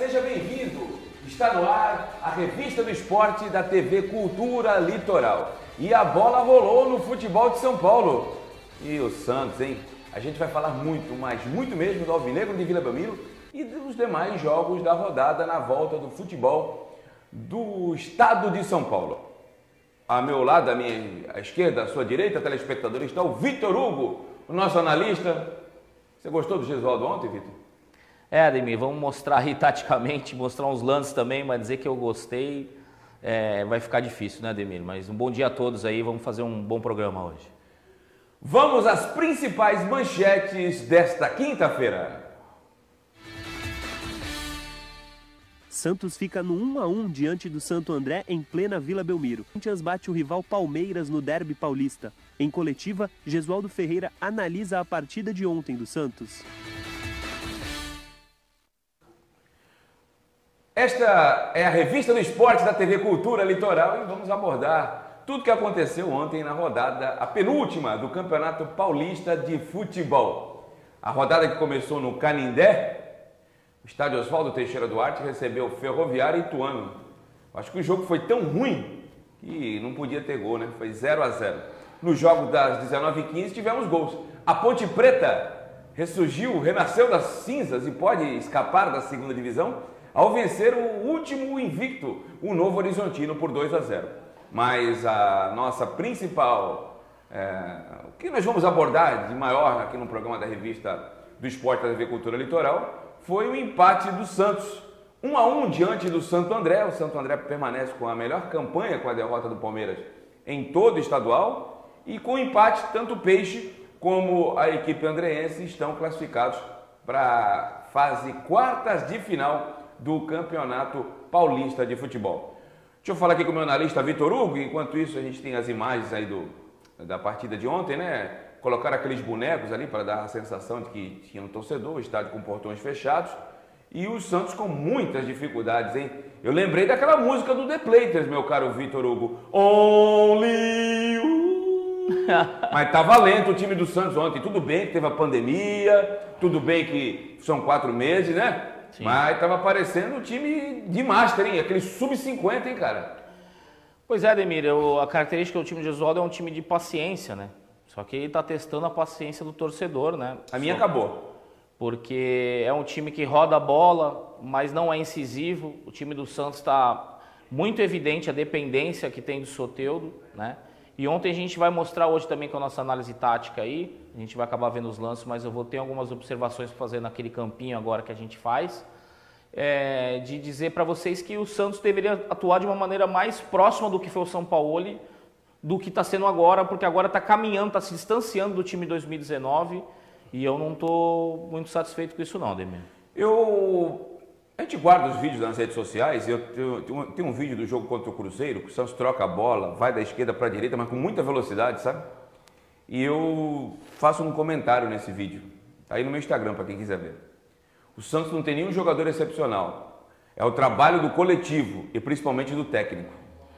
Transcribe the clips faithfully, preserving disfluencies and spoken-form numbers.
seja bem-vindo. Está no ar a revista do esporte da T V Cultura Litoral. E a bola rolou no futebol de São Paulo. E o Santos, hein? A gente vai falar muito, mas muito mesmo do Alvinegro de Vila Belmiro e dos demais jogos da rodada na volta do futebol do estado de São Paulo. A meu lado, à minha à esquerda, à sua direita, telespectador, está o Vitor Hugo, o nosso analista. Você gostou do Gesualdo ontem, Vitor? É, Ademir, vamos mostrar aí taticamente, mostrar uns lances também, mas dizer que eu gostei é, vai ficar difícil, né, Ademir? Mas um bom dia a todos aí, vamos fazer um bom programa hoje. Vamos às principais manchetes desta quinta-feira. Santos fica no um a um diante do Santo André em plena Vila Belmiro. Corinthians bate o rival Palmeiras no Derby Paulista. Em coletiva, Gesualdo Ferreira analisa a partida de ontem do Santos. Esta é a revista do esporte da T V Cultura Litoral e vamos abordar tudo o que aconteceu ontem na rodada, a penúltima do Campeonato Paulista de Futebol. A rodada que começou no Canindé, o estádio Oswaldo Teixeira Duarte recebeu Ferroviária e Ituano. Acho que o jogo foi tão ruim que não podia ter gol, né? Foi zero a zero. No jogo das dezenove e quinze tivemos gols. A Ponte Preta ressurgiu, renasceu das cinzas e pode escapar da segunda divisão ao vencer o último invicto, o Novo Horizontino, por dois a zero. Mas a nossa principal, é, o que nós vamos abordar de maior aqui no programa da revista do Esporte da T V Cultura Litoral foi o empate do Santos, um a um diante do Santo André. O Santo André permanece com a melhor campanha com a derrota do Palmeiras em todo o estadual e com o empate, tanto o Peixe como a equipe andreense estão classificados para a fase quartas de final do Campeonato Paulista de Futebol. Deixa eu falar aqui com o meu analista Vitor Hugo, enquanto isso a gente tem as imagens aí do, da partida de ontem, né? Colocaram aqueles bonecos ali para dar a sensação de que tinha um torcedor, o estádio com portões fechados e o Santos com muitas dificuldades, hein? Eu lembrei daquela música do The Platers, meu caro Vitor Hugo. Only you. Mas tá valendo o time do Santos ontem. Tudo bem que teve a pandemia, tudo bem que são quatro meses, né? Sim. Mas tava parecendo um time de master, hein? Aquele sub cinquenta, hein, cara? Pois é, Ademir, eu, a característica do time de Gesualdo é um time de paciência, né? Só que ele tá testando a paciência do torcedor, né? A minha Só... acabou. Porque é um time que roda a bola, mas não é incisivo. O time do Santos está muito evidente a dependência que tem do Soteldo, né? E ontem a gente vai mostrar hoje também com a nossa análise tática aí, a gente vai acabar vendo os lances, mas eu vou ter algumas observações para fazer naquele campinho agora que a gente faz, é, de dizer para vocês que o Santos deveria atuar de uma maneira mais próxima do que foi o São Paulo, do que está sendo agora, porque agora está caminhando, está se distanciando do time dois mil e dezenove e eu não estou muito satisfeito com isso não, Ademir. Eu... A gente guarda os vídeos nas redes sociais, eu tenho, tem um vídeo do jogo contra o Cruzeiro, que o Santos troca a bola, vai da esquerda para a direita, mas com muita velocidade, sabe? E eu faço um comentário nesse vídeo, tá aí no meu Instagram para quem quiser ver. O Santos não tem nenhum jogador excepcional, é o trabalho do coletivo e principalmente do técnico.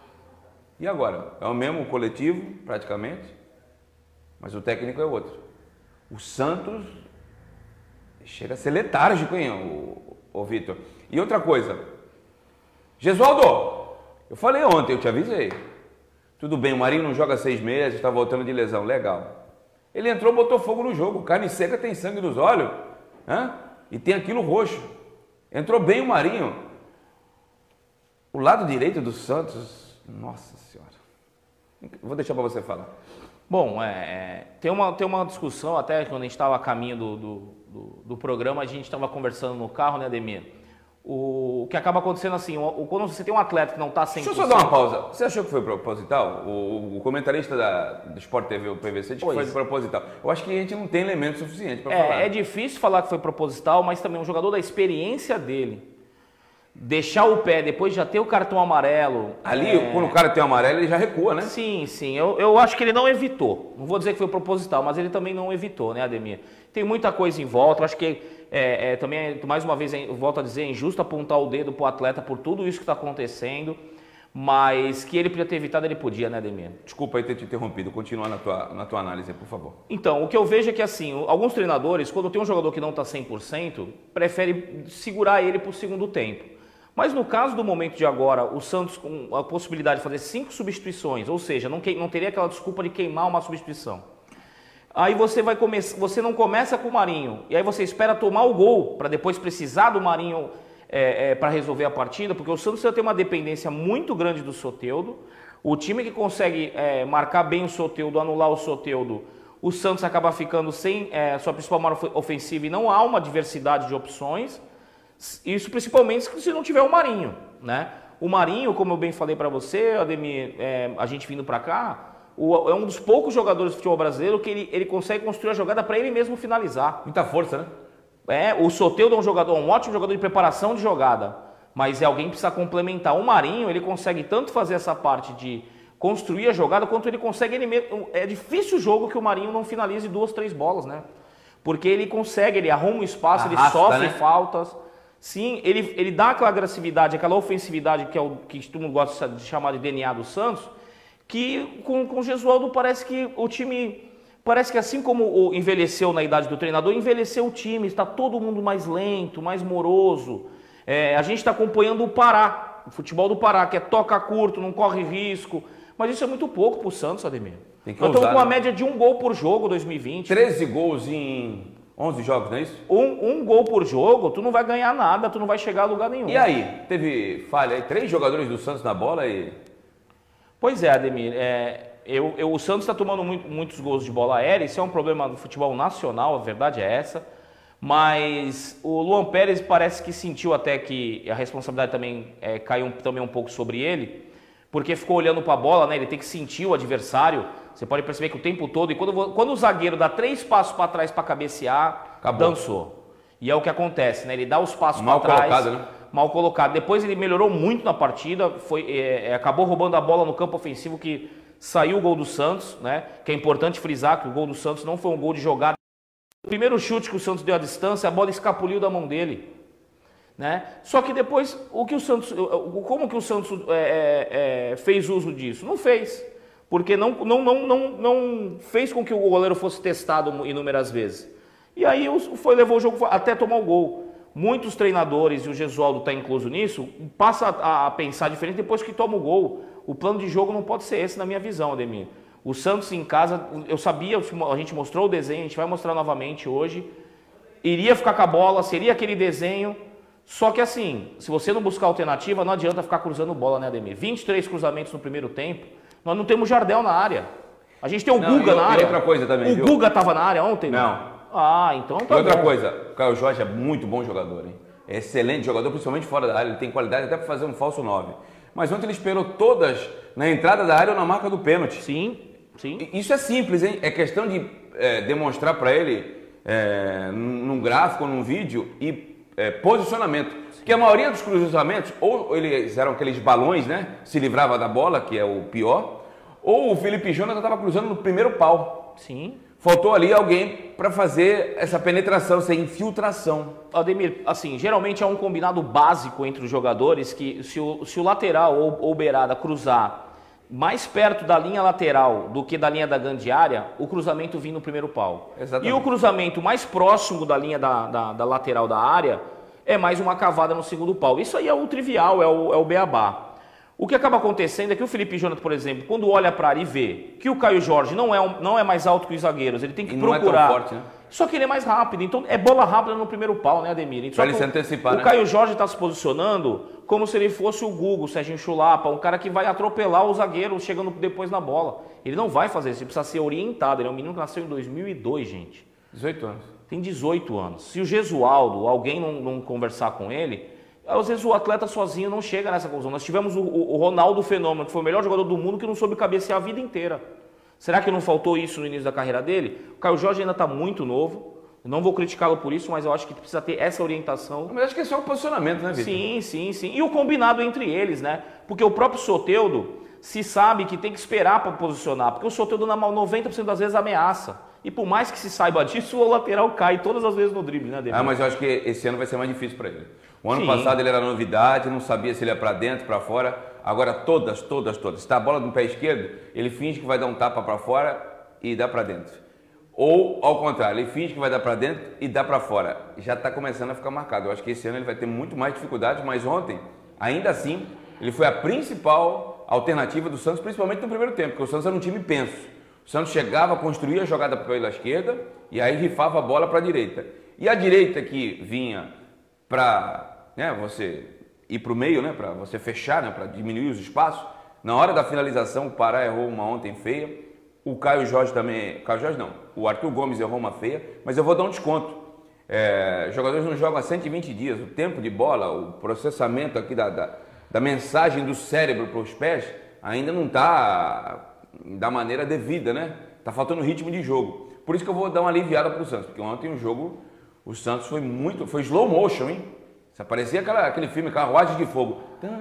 E agora? É o mesmo coletivo, praticamente, mas o técnico é outro. O Santos chega a ser letárgico, hein, o... Ô, Vitor. E outra coisa, Gesualdo, eu falei ontem, eu te avisei. Tudo bem, o Marinho não joga seis meses, está voltando de lesão, legal. Ele entrou, botou fogo no jogo, carne seca tem sangue dos olhos, né? E tem aquilo roxo. Entrou bem o Marinho. O lado direito do Santos, nossa senhora. Vou deixar para você falar. Bom, é, tem, uma, tem uma discussão, até quando a gente estava a caminho do, do, do, do programa, a gente estava conversando no carro, né, Ademir? O, o que acaba acontecendo assim, o, quando você tem um atleta que não está cem por cento... Deixa eu só dar uma pausa. Você achou que foi proposital? O, o comentarista da, do Sport T V, o P V C, disse que foi proposital. Eu acho que a gente não tem elemento suficiente para é, falar. É difícil falar que foi proposital, mas também um jogador da experiência dele, deixar o pé depois de já ter o cartão amarelo... Ali, é... quando o cara tem o amarelo, ele já recua, né? Sim, sim. Eu, eu acho que ele não evitou. Não vou dizer que foi proposital, mas ele também não evitou, né, Ademir? Tem muita coisa em volta. Eu acho que é, é, também, mais uma vez, eu volto a dizer, é injusto apontar o dedo para o atleta por tudo isso que está acontecendo. mas que ele podia ter evitado, ele podia, né, Ademir? Desculpa aí ter te interrompido, continua na tua, na tua análise, por favor. Então, o que eu vejo é que, assim, alguns treinadores, quando tem um jogador que não está cem por cento, prefere segurar ele para o segundo tempo. Mas no caso do momento de agora, o Santos com a possibilidade de fazer cinco substituições, ou seja, não, que, não teria aquela desculpa de queimar uma substituição. Aí você, vai come, você não começa com o Marinho, e aí você espera tomar o gol para depois precisar do Marinho é, é, para resolver a partida, porque o Santos tem uma dependência muito grande do Soteldo. O time que consegue é, marcar bem o Soteldo, anular o Soteldo, o Santos acaba ficando sem é, sua principal arma ofensiva e não há uma diversidade de opções. Isso principalmente se não tiver o Marinho, né? O Marinho, como eu bem falei para você, Ademir, é, a gente vindo para cá, o, é um dos poucos jogadores do futebol brasileiro que ele, ele consegue construir a jogada para ele mesmo finalizar. Muita força, né? É, o Soteldo é um jogador, um ótimo jogador de preparação de jogada, mas é alguém que precisa complementar. O Marinho, ele consegue tanto fazer essa parte de construir a jogada, quanto ele consegue ele mesmo. É difícil o jogo que o Marinho não finalize duas, três bolas, né? Porque ele consegue, ele arruma um espaço, Arrasta, ele sofre né? faltas. Sim, ele, ele dá aquela agressividade, aquela ofensividade que é o que todo mundo gosta de chamar de D N A do Santos, que com, com o Gesualdo parece que o time, parece que assim como o envelheceu na idade do treinador, envelheceu o time, está todo mundo mais lento, mais moroso. É, a gente está acompanhando o Pará, o futebol do Pará, que é toca curto, não corre risco, mas isso é muito pouco para o Santos, Ademir. Tem que Nós usar, estamos com né? uma média de um gol por jogo dois mil e vinte. treze gols em onze jogos, não é isso? Um, um gol por jogo, tu não vai ganhar nada, tu não vai chegar a lugar nenhum. E aí? Teve falha aí? Três jogadores do Santos na bola e... Pois é, Ademir. É, eu, eu, o Santos está tomando muito, muitos gols de bola aérea, isso é um problema do futebol nacional, a verdade é essa. Mas o Luan Pérez parece que sentiu até que a responsabilidade também é, caiu também um pouco sobre ele, porque ficou olhando para a bola, né? Ele tem que sentir o adversário. Você pode perceber que o tempo todo, e quando, quando o zagueiro dá três passos para trás para cabecear, Acabou. dançou. E é o que acontece, né? Ele dá os passos para trás. Mal colocado, né? Mal colocado. Depois ele melhorou muito na partida, foi, é, acabou roubando a bola no campo ofensivo, que saiu o gol do Santos, né? Que é importante frisar que o gol do Santos não foi um gol de jogada. O primeiro chute que o Santos deu à distância, a bola escapuliu da mão dele. Né? Só que depois, o que o Santos, como que o Santos é, é, fez uso disso? Não fez. Porque não, não, não, não, não fez com que o goleiro fosse testado inúmeras vezes. E aí foi, levou o jogo até tomar o gol. Muitos treinadores, e o Gesualdo está incluso nisso, passa a pensar diferente depois que toma o gol. O plano de jogo não pode ser esse, na minha visão, Ademir. O Santos em casa, eu sabia, a gente mostrou o desenho, a gente vai mostrar novamente hoje. Iria ficar com a bola, seria aquele desenho. Só que assim, se você não buscar alternativa, não adianta ficar cruzando bola, né, Ademir? vinte e três cruzamentos no primeiro tempo. Nós não temos Jardel na área. A gente tem o não, Guga e, na área. E outra coisa também, O viu? Guga estava na área ontem? Não. não. Ah, então tá E outra bom. coisa, o Caio Jorge é muito bom jogador, hein? É excelente jogador, principalmente fora da área. Ele tem qualidade até para fazer um falso nove. Mas ontem ele esperou todas na entrada da área ou na marca do pênalti. Sim, sim. Isso é simples, hein? É questão de é, demonstrar para ele é, num gráfico ou num vídeo e é, posicionamento. Porque a maioria dos cruzamentos, ou eles eram aqueles balões, né? Se livrava da bola, que é o pior, ou o Felipe Jonathan estava cruzando no primeiro pau. Sim. Faltou ali alguém para fazer essa penetração, essa infiltração. Ademir, assim, geralmente é um combinado básico entre os jogadores que se o, se o lateral ou, ou beirada cruzar mais perto da linha lateral do que da linha da grande área, o cruzamento vem no primeiro pau. Exatamente. E o cruzamento mais próximo da linha da, da, da lateral da área é mais uma cavada no segundo pau. Isso aí é o trivial, é o, é o beabá. O que acaba acontecendo é que o Felipe Jonathan, por exemplo, quando olha para a área e vê que o Caio Jorge não é, um, não é mais alto que os zagueiros, ele tem que e procurar. Não é tão forte, né? Só que ele é mais rápido, então é bola rápida no primeiro pau, né, Ademir? Para ele se antecipar, o né? Caio Jorge está se posicionando como se ele fosse o Gugu, o Serginho Chulapa, um cara que vai atropelar o zagueiro chegando depois na bola. Ele não vai fazer isso, ele precisa ser orientado. Ele é um menino que nasceu em dois mil e dois, gente. dezoito anos. Tem dezoito anos. Se o Gesualdo, alguém não, não conversar com ele, às vezes o atleta sozinho não chega nessa conclusão. Nós tivemos o, o, o Ronaldo Fenômeno, que foi o melhor jogador do mundo, que não soube cabecear a vida inteira. Será que não faltou isso no início da carreira dele? O Caio Jorge ainda está muito novo. Eu não vou criticá-lo por isso, mas eu acho que precisa ter essa orientação. Mas acho que é só o posicionamento, né, Vitor? Sim, sim, sim. E o combinado entre eles, né? Porque o próprio Soteldo se sabe que tem que esperar para posicionar, porque o Soteldo, na noventa por cento das vezes, ameaça. E por mais que se saiba disso, o lateral cai todas as vezes no drible, né, Ademir? Ah, mas eu acho que esse ano vai ser mais difícil para ele. O ano Sim. passado ele era novidade, não sabia se ele ia para dentro, para fora. Agora todas, todas, todas. Se tá a bola no pé esquerdo, ele finge que vai dar um tapa para fora e dá para dentro. Ou, ao contrário, ele finge que vai dar para dentro e dá para fora. Já está começando a ficar marcado. Eu acho que esse ano ele vai ter muito mais dificuldade, mas ontem, ainda assim, ele foi a principal alternativa do Santos, principalmente no primeiro tempo, porque o Santos era um time penso. O Santos chegava, construía a jogada pela esquerda e aí rifava a bola para a direita. E a direita que vinha para, né, você ir para o meio, né, para você fechar, né, para diminuir os espaços, na hora da finalização o Pará errou uma ontem feia, o Caio Jorge também, Caio Jorge não, o Arthur Gomes errou uma feia, mas eu vou dar um desconto. É, os jogadores não jogam há cento e vinte dias, o tempo de bola, o processamento aqui da, da, da mensagem do cérebro para os pés ainda não está da maneira devida, né? Tá faltando ritmo de jogo. Por isso que eu vou dar uma aliviada para o Santos, porque ontem o jogo, o Santos foi muito, foi slow motion, hein? Isso parecia aquela, aquele filme Carruagem de Fogo.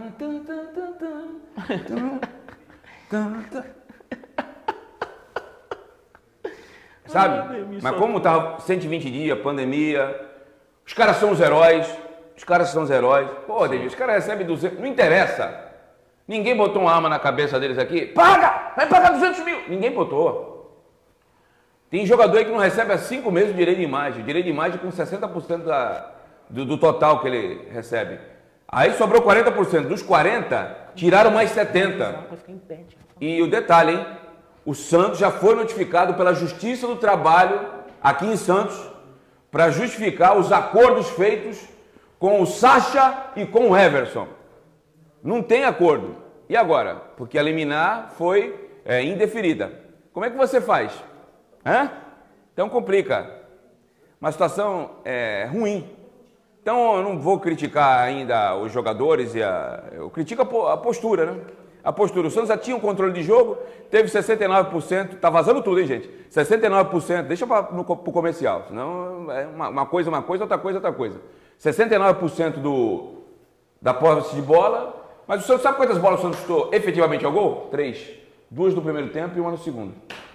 Sabe? Mas como tá cento e vinte dias, pandemia, os caras são os heróis, os caras são os heróis. Pô, David, os caras recebem duzentos, não interessa. Ninguém botou uma arma na cabeça deles aqui. Paga! Vai pagar duzentos mil! Ninguém botou. Tem jogador aí que não recebe há cinco meses o direito de imagem. O direito de imagem com sessenta por cento da, do, do total que ele recebe. Aí sobrou quarenta por cento. Dos quarenta, tiraram mais setenta por cento. E o detalhe, hein? O Santos já foi notificado pela Justiça do Trabalho, aqui em Santos, para justificar os acordos feitos com o Sacha e com o Everson. Não tem acordo. E agora? Porque a liminar foi é, indeferida. Como é que você faz? Hã? Então complica. Uma situação é, ruim. Então eu não vou criticar ainda os jogadores, e a, eu critico a, a postura, né? A postura. O Santos já tinha um controle de jogo, teve sessenta e nove por cento, tá vazando tudo, hein, gente? sessenta e nove por cento, deixa para o comercial, senão é uma, uma coisa, uma coisa, outra coisa, outra coisa. sessenta e nove por cento do, da posse de bola. Mas o Santos sabe quantas bolas o Santos chutou efetivamente ao gol? Três. Duas no primeiro tempo e uma no segundo.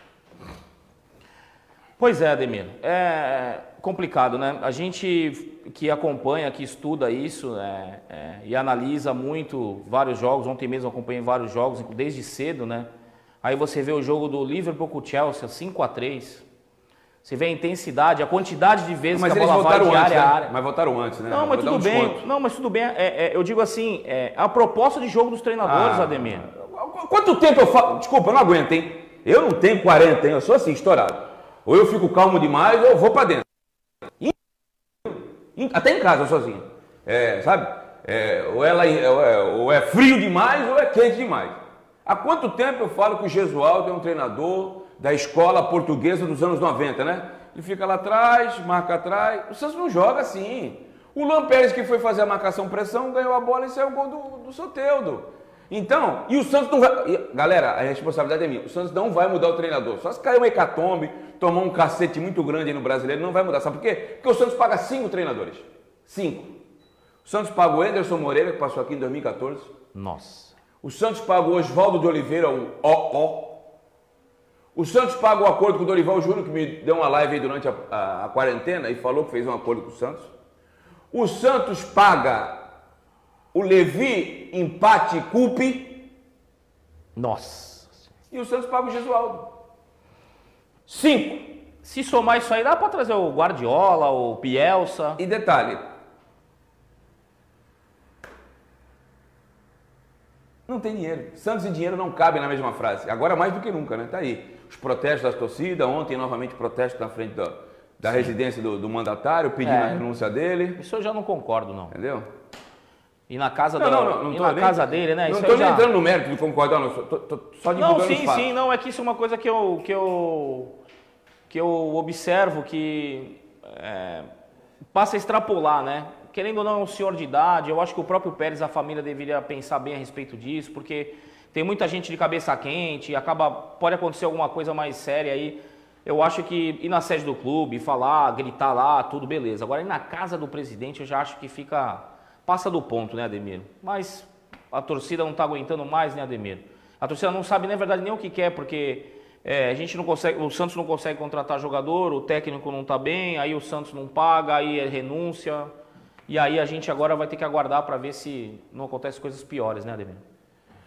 Pois é, Ademir. É complicado, né? A gente que acompanha, que estuda isso é, é, e analisa muito vários jogos. Ontem mesmo acompanhei vários jogos, desde cedo, né? Aí você vê o jogo do Liverpool com o Chelsea, cinco a três. Você vê a intensidade, a quantidade de vezes mas que a bola vai de antes, área né? a área. Mas votaram antes, né? Não, mas tudo um bem. Desconto. Não, mas tudo bem. É, é, eu digo assim, é a proposta de jogo dos treinadores, ah, Ademir. Quanto tempo eu falo? Desculpa, eu não aguento, hein? Eu não tenho quarenta, hein? Eu sou assim, estourado. Ou eu fico calmo demais, ou eu vou pra dentro. Até em casa, sozinho. É, sabe? É, ou, ela, ou, é, ou é frio demais, ou é quente demais. Há quanto tempo eu falo que o Gesualdo é um treinador da escola portuguesa dos anos noventa, né? Ele fica lá atrás, marca atrás. O Santos não joga assim. O Luan Pérez, que foi fazer a marcação-pressão, ganhou a bola e saiu o gol do, do Soteldo. Então, e o Santos não vai... E, galera, a responsabilidade é minha. O Santos não vai mudar o treinador. Só se cair um hecatombe, tomar um cacete muito grande aí no brasileiro, não vai mudar. Sabe por quê? Porque o Santos paga cinco treinadores. Cinco. O Santos paga o Anderson Moreira, que passou aqui em dois mil e quatorze. Nossa. O Santos paga o Oswaldo de Oliveira, o O O. O Santos paga o acordo com o Dorival Júnior, que me deu uma live aí durante a, a, a quarentena e falou que fez um acordo com o Santos. O Santos paga o Levi Empate Cupe. Nossa. E o Santos paga o Gesualdo. Cinco. Se somar isso aí, dá para trazer o Guardiola, o Bielsa. E detalhe. Não tem dinheiro. Santos e dinheiro não cabem na mesma frase. Agora mais do que nunca, né? Tá aí. Os protestos das torcidas, ontem novamente protesto na frente da, da residência do, do mandatário, pedindo é. a renúncia dele. Isso eu já não concordo, não. Entendeu? E na casa, não, do, não, não, não e na nem, casa dele, né? Não estou nem já... entrando no mérito de concordar, não. Tô, tô, tô só divulgando Não, sim, os fatos. sim. Não, é que isso é uma coisa que eu, que eu, que eu observo que é, passa a extrapolar, né? Querendo ou não, é um senhor de idade. Eu acho que o próprio Pérez, a família, deveria pensar bem a respeito disso, porque... Tem muita gente de cabeça quente, acaba, pode acontecer alguma coisa mais séria aí. Eu acho que ir na sede do clube, falar, gritar lá, tudo beleza. Agora ir na casa do presidente eu já acho que fica, passa do ponto, né, Ademir? Mas a torcida não está aguentando mais, né, Ademir? A torcida não sabe, na verdade, nem o que quer, porque é, a gente não consegue, o Santos não consegue contratar jogador, o técnico não está bem, aí o Santos não paga, aí é renúncia. E aí a gente agora vai ter que aguardar para ver se não acontecem coisas piores, né, Ademir?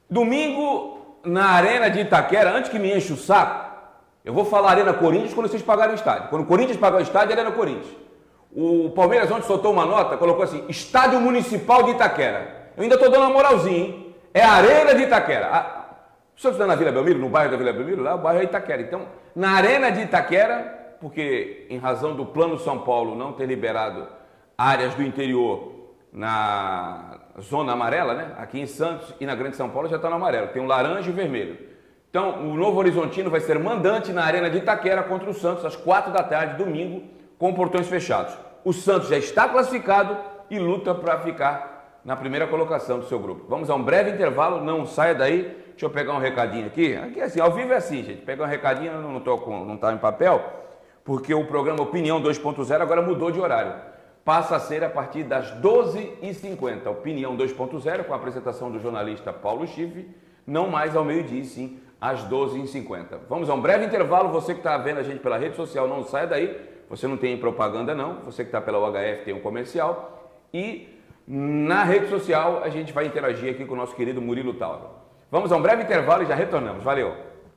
Domingo, na Arena de Itaquera, antes que me enche o saco, eu vou falar Arena Corinthians quando vocês pagarem o estádio. Quando o Corinthians pagar o estádio, Arena Corinthians. O Palmeiras ontem soltou uma nota, colocou assim, Estádio Municipal de Itaquera. Eu ainda estou dando uma moralzinha, hein? É a Arena de Itaquera. A... O senhor está na Vila Belmiro, no bairro da Vila Belmiro? Lá o bairro é Itaquera. Então, na Arena de Itaquera, porque em razão do Plano São Paulo não ter liberado áreas do interior na zona amarela, né? Aqui em Santos e na Grande São Paulo já está no amarelo. Tem o laranja e o vermelho. Então, o Novo Horizontino vai ser mandante na Arena de Itaquera contra o Santos às quatro da tarde, domingo, com portões fechados. O Santos já está classificado e luta para ficar na primeira colocação do seu grupo. Vamos a um breve intervalo, não saia daí. Deixa eu pegar um recadinho aqui. Aqui é assim, ao vivo é assim, gente. Pegar um recadinho, não estou com, não está em papel, porque o programa Opinião dois ponto zero agora mudou de horário. Passa a ser a partir das doze e cinquenta. Opinião dois ponto zero, com a apresentação do jornalista Paulo Schiffe, não mais ao meio-dia, sim, às doze e cinquenta. Vamos a um breve intervalo. Você que está vendo a gente pela rede social, não saia daí. Você não tem propaganda, não. Você que está pela U H F tem um comercial. E na rede social a gente vai interagir aqui com o nosso querido Murilo Tauro. Vamos a um breve intervalo e já retornamos. Valeu!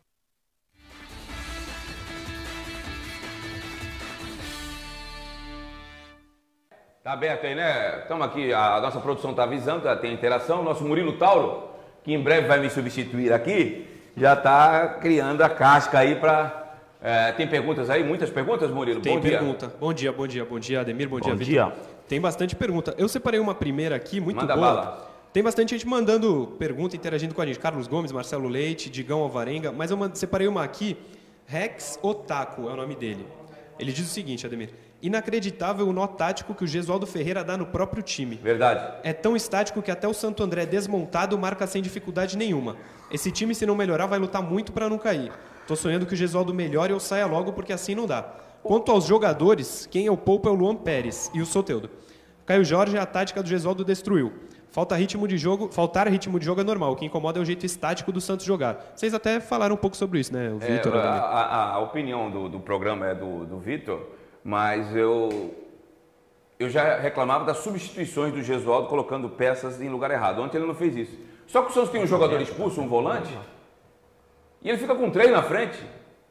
Tá aberto aí, né? Estamos aqui, a nossa produção está avisando, tem interação. Nosso Murilo Tauro, que em breve vai me substituir aqui, já está criando a casca aí para... É, tem perguntas aí? Muitas perguntas, Murilo? Tem bom pergunta. Dia. Bom dia, bom dia, bom dia, Ademir, bom, Bom dia, dia. Vitor. Tem bastante pergunta. Eu separei uma primeira aqui, muito Manda boa. bala. Tem bastante gente mandando pergunta, interagindo com a gente. Carlos Gomes, Marcelo Leite, Digão Alvarenga. Mas eu separei uma aqui, Rex Otaku é o nome dele. Ele diz o seguinte, Ademir. Inacreditável o nó tático que o Gesualdo Ferreira dá no próprio time. Verdade. É tão estático que até o Santo André desmontado marca sem dificuldade nenhuma. Esse time, se não melhorar, vai lutar muito para não cair. Tô sonhando que o Gesualdo melhore ou saia logo, porque assim não dá. Quanto aos jogadores, quem eu poupo é o Luan Pérez e o Soteldo. Caio Jorge, a tática do Gesualdo destruiu. Falta ritmo de jogo, faltar ritmo de jogo é normal. O que incomoda é o jeito estático do Santos jogar. Vocês até falaram um pouco sobre isso, né, o Vitor? É, a, a, a opinião do, do programa é do, do Vitor, mas eu, eu já reclamava das substituições do Gesualdo colocando peças em lugar errado. Ontem ele não fez isso. Só que o Santos tem um jogador expulso, um volante, e ele fica com três na frente.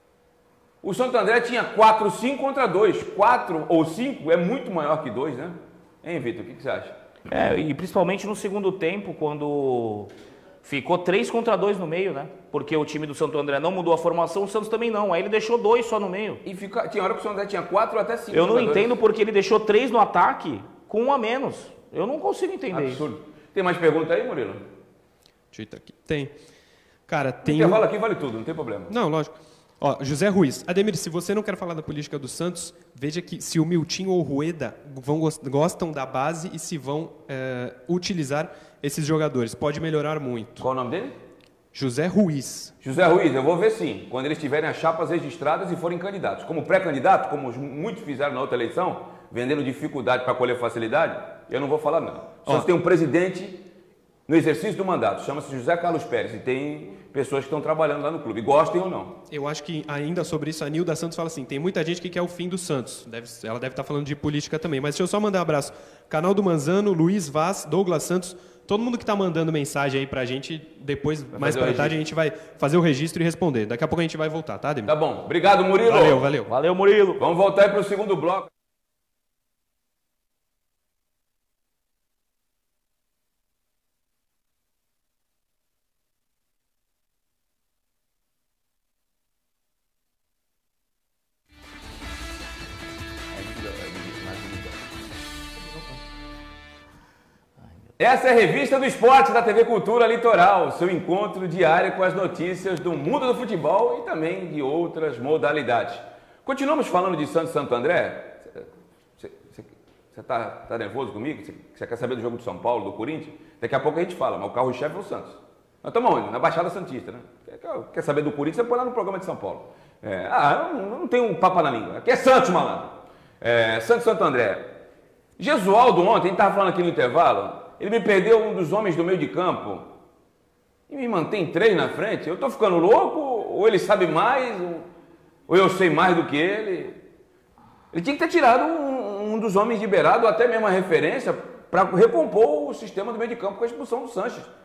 O Santo André tinha quatro, cinco contra dois. quatro ou cinco é muito maior que dois, né? Hein, Vitor? O que, que você acha? É, e principalmente no segundo tempo, quando ficou três contra dois no meio, né? Porque o time do Santo André não mudou a formação, o Santos também não. Aí ele deixou dois só no meio. E fica, tinha hora que o Santo André tinha quatro ou até cinco. Eu não jogadores. entendo porque ele deixou três no ataque com um a menos. Eu não consigo entender isso. Absurdo. Tem mais pergunta aí, Murilo? Deixa eu aqui. Tem. Cara, tem. O intervalo um... aqui vale tudo, não tem problema. Não, lógico. Ó, José Ruiz. Ademir, se você não quer falar da política do Santos, veja que se o Miltinho ou o Rueda vão, gostam da base e se vão é, utilizar esses jogadores. Pode melhorar muito. Qual o nome dele? José Ruiz. José Ruiz, eu vou ver sim, quando eles tiverem as chapas registradas e forem candidatos. Como pré-candidato, como muitos fizeram na outra eleição, vendendo dificuldade para colher facilidade, eu não vou falar não. O Santos tem um presidente no exercício do mandato, chama-se José Carlos Pérez, e tem pessoas que estão trabalhando lá no clube, gostem ou não. Eu acho que ainda sobre isso, a Nilda Santos fala assim, tem muita gente que quer o fim do Santos. Deve, ela deve estar falando de política também, mas deixa eu só mandar um abraço. Canal do Manzano, Luiz Vaz, Douglas Santos, todo mundo que está mandando mensagem aí pra gente, depois, vai mais para tarde, a gente vai fazer o registro e responder. Daqui a pouco a gente vai voltar, tá, Ademir? Tá bom. Obrigado, Murilo. Valeu, valeu. Valeu, Murilo. Vamos voltar aí para o segundo bloco. Essa é a Revista do Esporte da T V Cultura Litoral, seu encontro diário com as notícias do mundo do futebol e também de outras modalidades. Continuamos falando de Santos e Santo André? Você está tá nervoso comigo? Você quer saber do jogo do São Paulo, do Corinthians? Daqui a pouco a gente fala, mas o carro-chefe é o Santos. Nós estamos onde? Na Baixada Santista, né? Quer saber do Corinthians? Você põe lá no programa de São Paulo. É, ah, eu não, não tenho um papo na língua. Aqui é Santos, malandro. É, Santos e Santo André. Gesualdo ontem, a gente estava falando aqui no intervalo, ele me perdeu um dos homens do meio de campo e me mantém três na frente. Eu estou ficando louco? Ou ele sabe mais? Ou eu sei mais do que ele? Ele tinha que ter tirado um, um dos homens liberados, até mesmo a referência, para recompor o sistema do meio de campo com a expulsão do Sanches.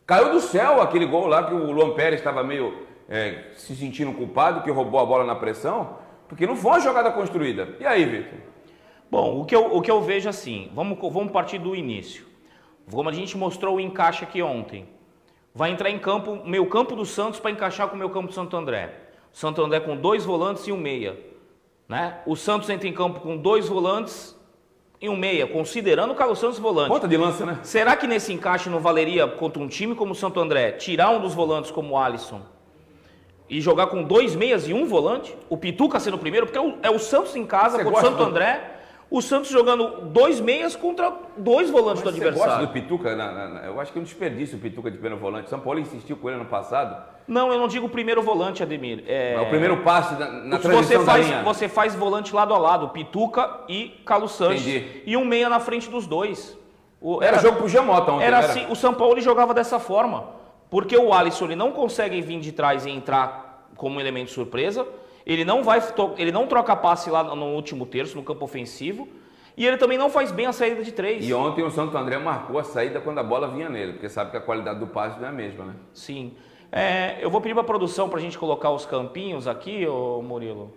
Caiu do céu aquele gol lá que o Luan Pérez estava meio é, se sentindo culpado, que roubou a bola na pressão, porque não foi uma jogada construída. E aí, Vitor? Bom, o que eu, o que eu vejo assim, vamos, vamos partir do início. Como a gente mostrou o encaixe aqui ontem. Vai entrar em campo, o meio campo do Santos para encaixar com o meio campo do Santo André. O Santo André com dois volantes e um meia. Né? O Santos entra em campo com dois volantes e um meia, considerando o Carlos Santos volante. Ponta de lança, né? Será que nesse encaixe não valeria contra um time como o Santo André, tirar um dos volantes como o Alisson e jogar com dois meias e um volante? O Pituca sendo o primeiro, porque é o, é o Santos em casa Você contra o Santo do... André, o Santos jogando dois meias contra dois volantes Mas do você adversário. gosta do Pituca? Na, na, na, eu acho que é um desperdício o Pituca de primeiro volante. São Paulo insistiu com ele ano passado. Não, eu não digo o primeiro volante, Ademir. É... O primeiro passe na, na você transição faz, da linha. Você faz volante lado a lado, Pituca e Carlos Sanches. Entendi. E um meia na frente dos dois. O, era, era jogo pro Giamota ontem, era era assim, o São Paulo ele jogava dessa forma. Porque o Alisson ele não consegue vir de trás e entrar como um elemento surpresa. Ele não, vai, ele não troca passe lá no último terço, no campo ofensivo. E ele também não faz bem a saída de três. E ontem o Santo André marcou a saída quando a bola vinha nele, porque sabe que a qualidade do passe não é a mesma, né? Sim. É, eu vou pedir para a produção para a gente colocar os campinhos aqui, ô Murilo.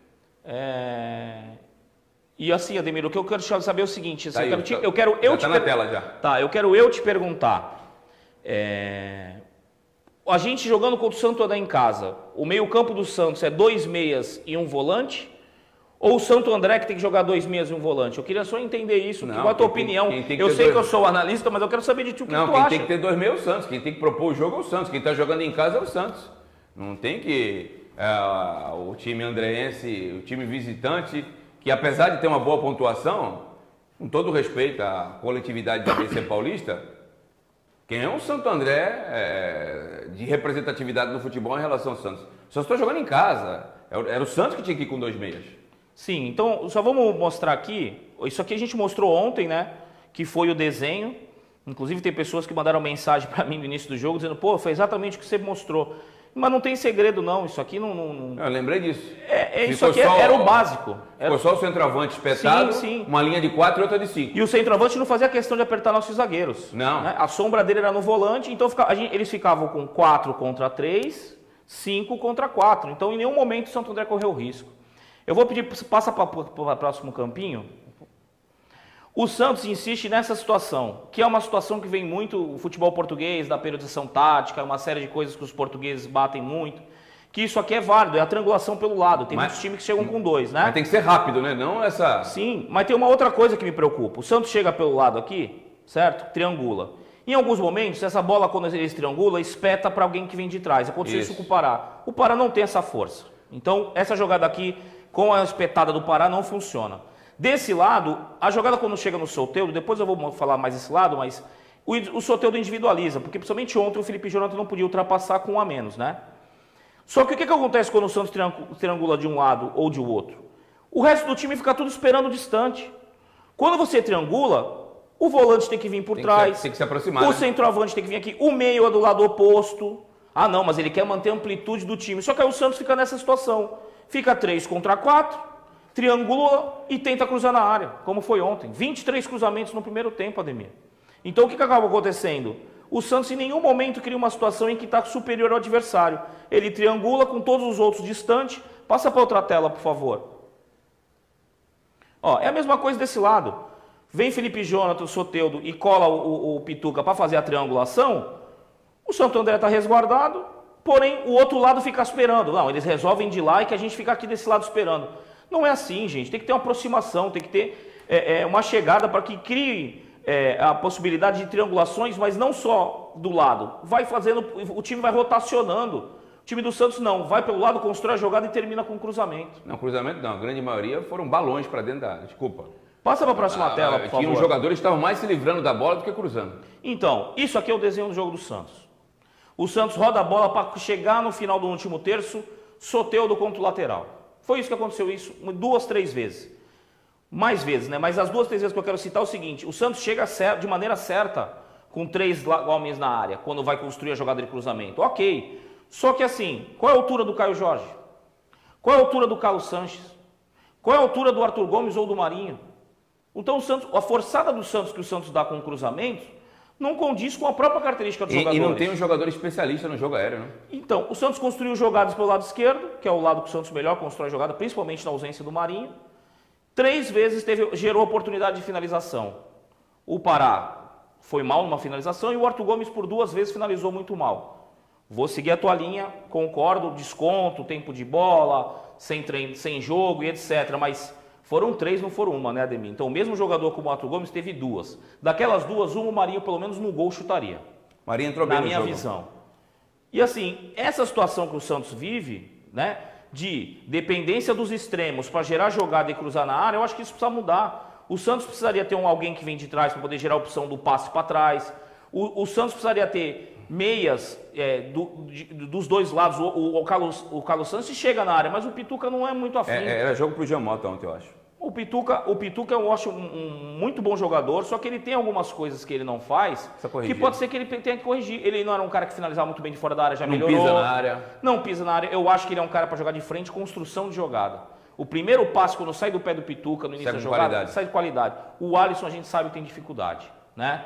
É... E assim, Ademir, o que eu quero saber é o seguinte. Tá eu, aí, quero te, tá, eu quero eu já te tá per... na tela já. Tá, eu quero eu te perguntar. É... A gente jogando contra o Santo André em casa, o meio-campo do Santos é dois meias e um volante? Ou o Santo André que tem que jogar dois meias e um volante? Eu queria só entender isso. Não, qual é a tua quem opinião? tem, quem tem que eu sei dois... que eu sou analista, mas eu quero saber de ti o que Não, tu quem acha. tem que ter dois meios é o Santos. Quem tem que propor o jogo é o Santos. Quem está jogando em casa é o Santos. Não tem que... É, o time andreense, o time visitante, que apesar de ter uma boa pontuação, com todo respeito à coletividade da B C Paulista, quem é o Santo André é, de representatividade do futebol em relação ao Santos? O Santos está jogando em casa. Era o Santos que tinha que ir com dois meias. Sim, então só vamos mostrar aqui, isso aqui a gente mostrou ontem, né, que foi o desenho, inclusive tem pessoas que mandaram mensagem para mim no início do jogo, dizendo, pô, foi exatamente o que você mostrou, mas não tem segredo não, isso aqui não... não, não... Eu lembrei disso. É, é isso aqui só, era o básico. Era... Ficou só o centroavante espetado, sim, sim. uma linha de quatro e outra de cinco. E o centroavante não fazia questão de apertar nossos zagueiros. Não. Né? A sombra dele era no volante, então fica, a gente, eles ficavam com quatro contra três, cinco contra quatro, então em nenhum momento o Santo André correu risco. Eu vou pedir, passa para o próximo campinho. O Santos insiste nessa situação, que é uma situação que vem muito o futebol português, da periodização tática, uma série de coisas que os portugueses batem muito, que isso aqui é válido, é a triangulação pelo lado. Tem mas, muitos times que chegam com dois, né? Mas tem que ser rápido, né? Não essa... Sim, mas tem uma outra coisa que me preocupa. O Santos chega pelo lado aqui, certo? Triangula. Em alguns momentos, essa bola, quando eles triangulam, espeta para alguém que vem de trás. Aconteceu isso. isso com o Pará. O Pará não tem essa força. Então, essa jogada aqui, com a espetada do Pará, não funciona. Desse lado, a jogada quando chega no Soteldo, depois eu vou falar mais desse lado, mas o, o Soteldo individualiza, porque principalmente ontem o Felipe Jonathan não podia ultrapassar com um a menos, né? Só que o que, que acontece quando o Santos triangula de um lado ou de outro? O resto do time fica tudo esperando distante. Quando você triangula, o volante tem que vir por tem trás, que ser, tem que se aproximar, o né? centroavante tem que vir aqui, o meio é do lado oposto. Ah não, mas ele quer manter a amplitude do time. Só que aí o Santos fica nessa situação. Fica três contra quatro, triangula e tenta cruzar na área, como foi ontem. vinte e três cruzamentos no primeiro tempo, Ademir. Então o que, que acaba acontecendo? O Santos em nenhum momento cria uma situação em que está superior ao adversário. Ele triangula com todos os outros distantes. Passa para outra tela, por favor. Ó, é a mesma coisa desse lado. Vem Felipe Jonathan, Soteldo e cola o, o, o Pituca para fazer a triangulação. O Santo André está resguardado, porém o outro lado fica esperando. Não, eles resolvem de lá e que a gente fica aqui desse lado esperando. Não é assim, gente. Tem que ter uma aproximação, tem que ter é, é, uma chegada para que crie é, a possibilidade de triangulações, mas não só do lado. Vai fazendo, o time vai rotacionando. O time do Santos não, vai pelo lado, constrói a jogada e termina com cruzamento. Não, cruzamento não. A grande maioria foram balões para dentro da área. Desculpa. Passa para a próxima ah, tela, por favor. Tinha os jogadores que estavam mais se livrando da bola do que cruzando. Então, isso aqui é o desenho do jogo do Santos. O Santos roda a bola para chegar no final do último terço, Soteldo contra o lateral. Foi isso que aconteceu isso duas, três vezes. Mais vezes, né? Mas as duas, três vezes que eu quero citar é o seguinte: o Santos chega de maneira certa com três homens na área, quando vai construir a jogada de cruzamento. Ok. Só que assim, qual é a altura do Caio Jorge? Qual é a altura do Carlos Sanches? Qual é a altura do Arthur Gomes ou do Marinho? Então o Santos, a forçada do Santos que o Santos dá com o cruzamento não condiz com a própria característica dos e, jogadores. E não tem um jogador especialista no jogo aéreo, né? Então, o Santos construiu jogadas pelo lado esquerdo, que é o lado que o Santos melhor constrói jogada, principalmente na ausência do Marinho. Três vezes teve, gerou oportunidade de finalização. O Pará foi mal numa finalização e o Arthur Gomes por duas vezes finalizou muito mal. Vou seguir a tua linha, concordo, desconto, tempo de bola, sem treino, sem jogo e etcétera. Mas foram três, não foram uma, né, Ademir? Então o mesmo jogador como o Arthur Gomes teve duas. Daquelas duas, uma o Marinho pelo menos no gol chutaria. Marinho entrou bem na no minha jogo. visão. E assim, essa situação que o Santos vive, né, de dependência dos extremos para gerar jogada e cruzar na área, eu acho que isso precisa mudar. O Santos precisaria ter um, alguém que vem de trás para poder gerar a opção do passe para trás. O, o Santos precisaria ter meias é, do, de, dos dois lados. O, o, o, Carlos, o Carlos Santos chega na área, mas o Pituca não é muito afim. É, era jogo pro Jean Mota ontem, eu acho. O Pituca, o Pituca eu acho um, um muito bom jogador, só que ele tem algumas coisas que ele não faz, que pode ser que ele tenha que corrigir. Ele não era um cara que finalizava muito bem de fora da área, já não melhorou. Não pisa na área. Não pisa na área. Eu acho que ele é um cara para jogar de frente, construção de jogada. O primeiro passo, quando sai do pé do Pituca no início da jogada, qualidade. sai de qualidade. O Alisson, a gente sabe, tem dificuldade, né?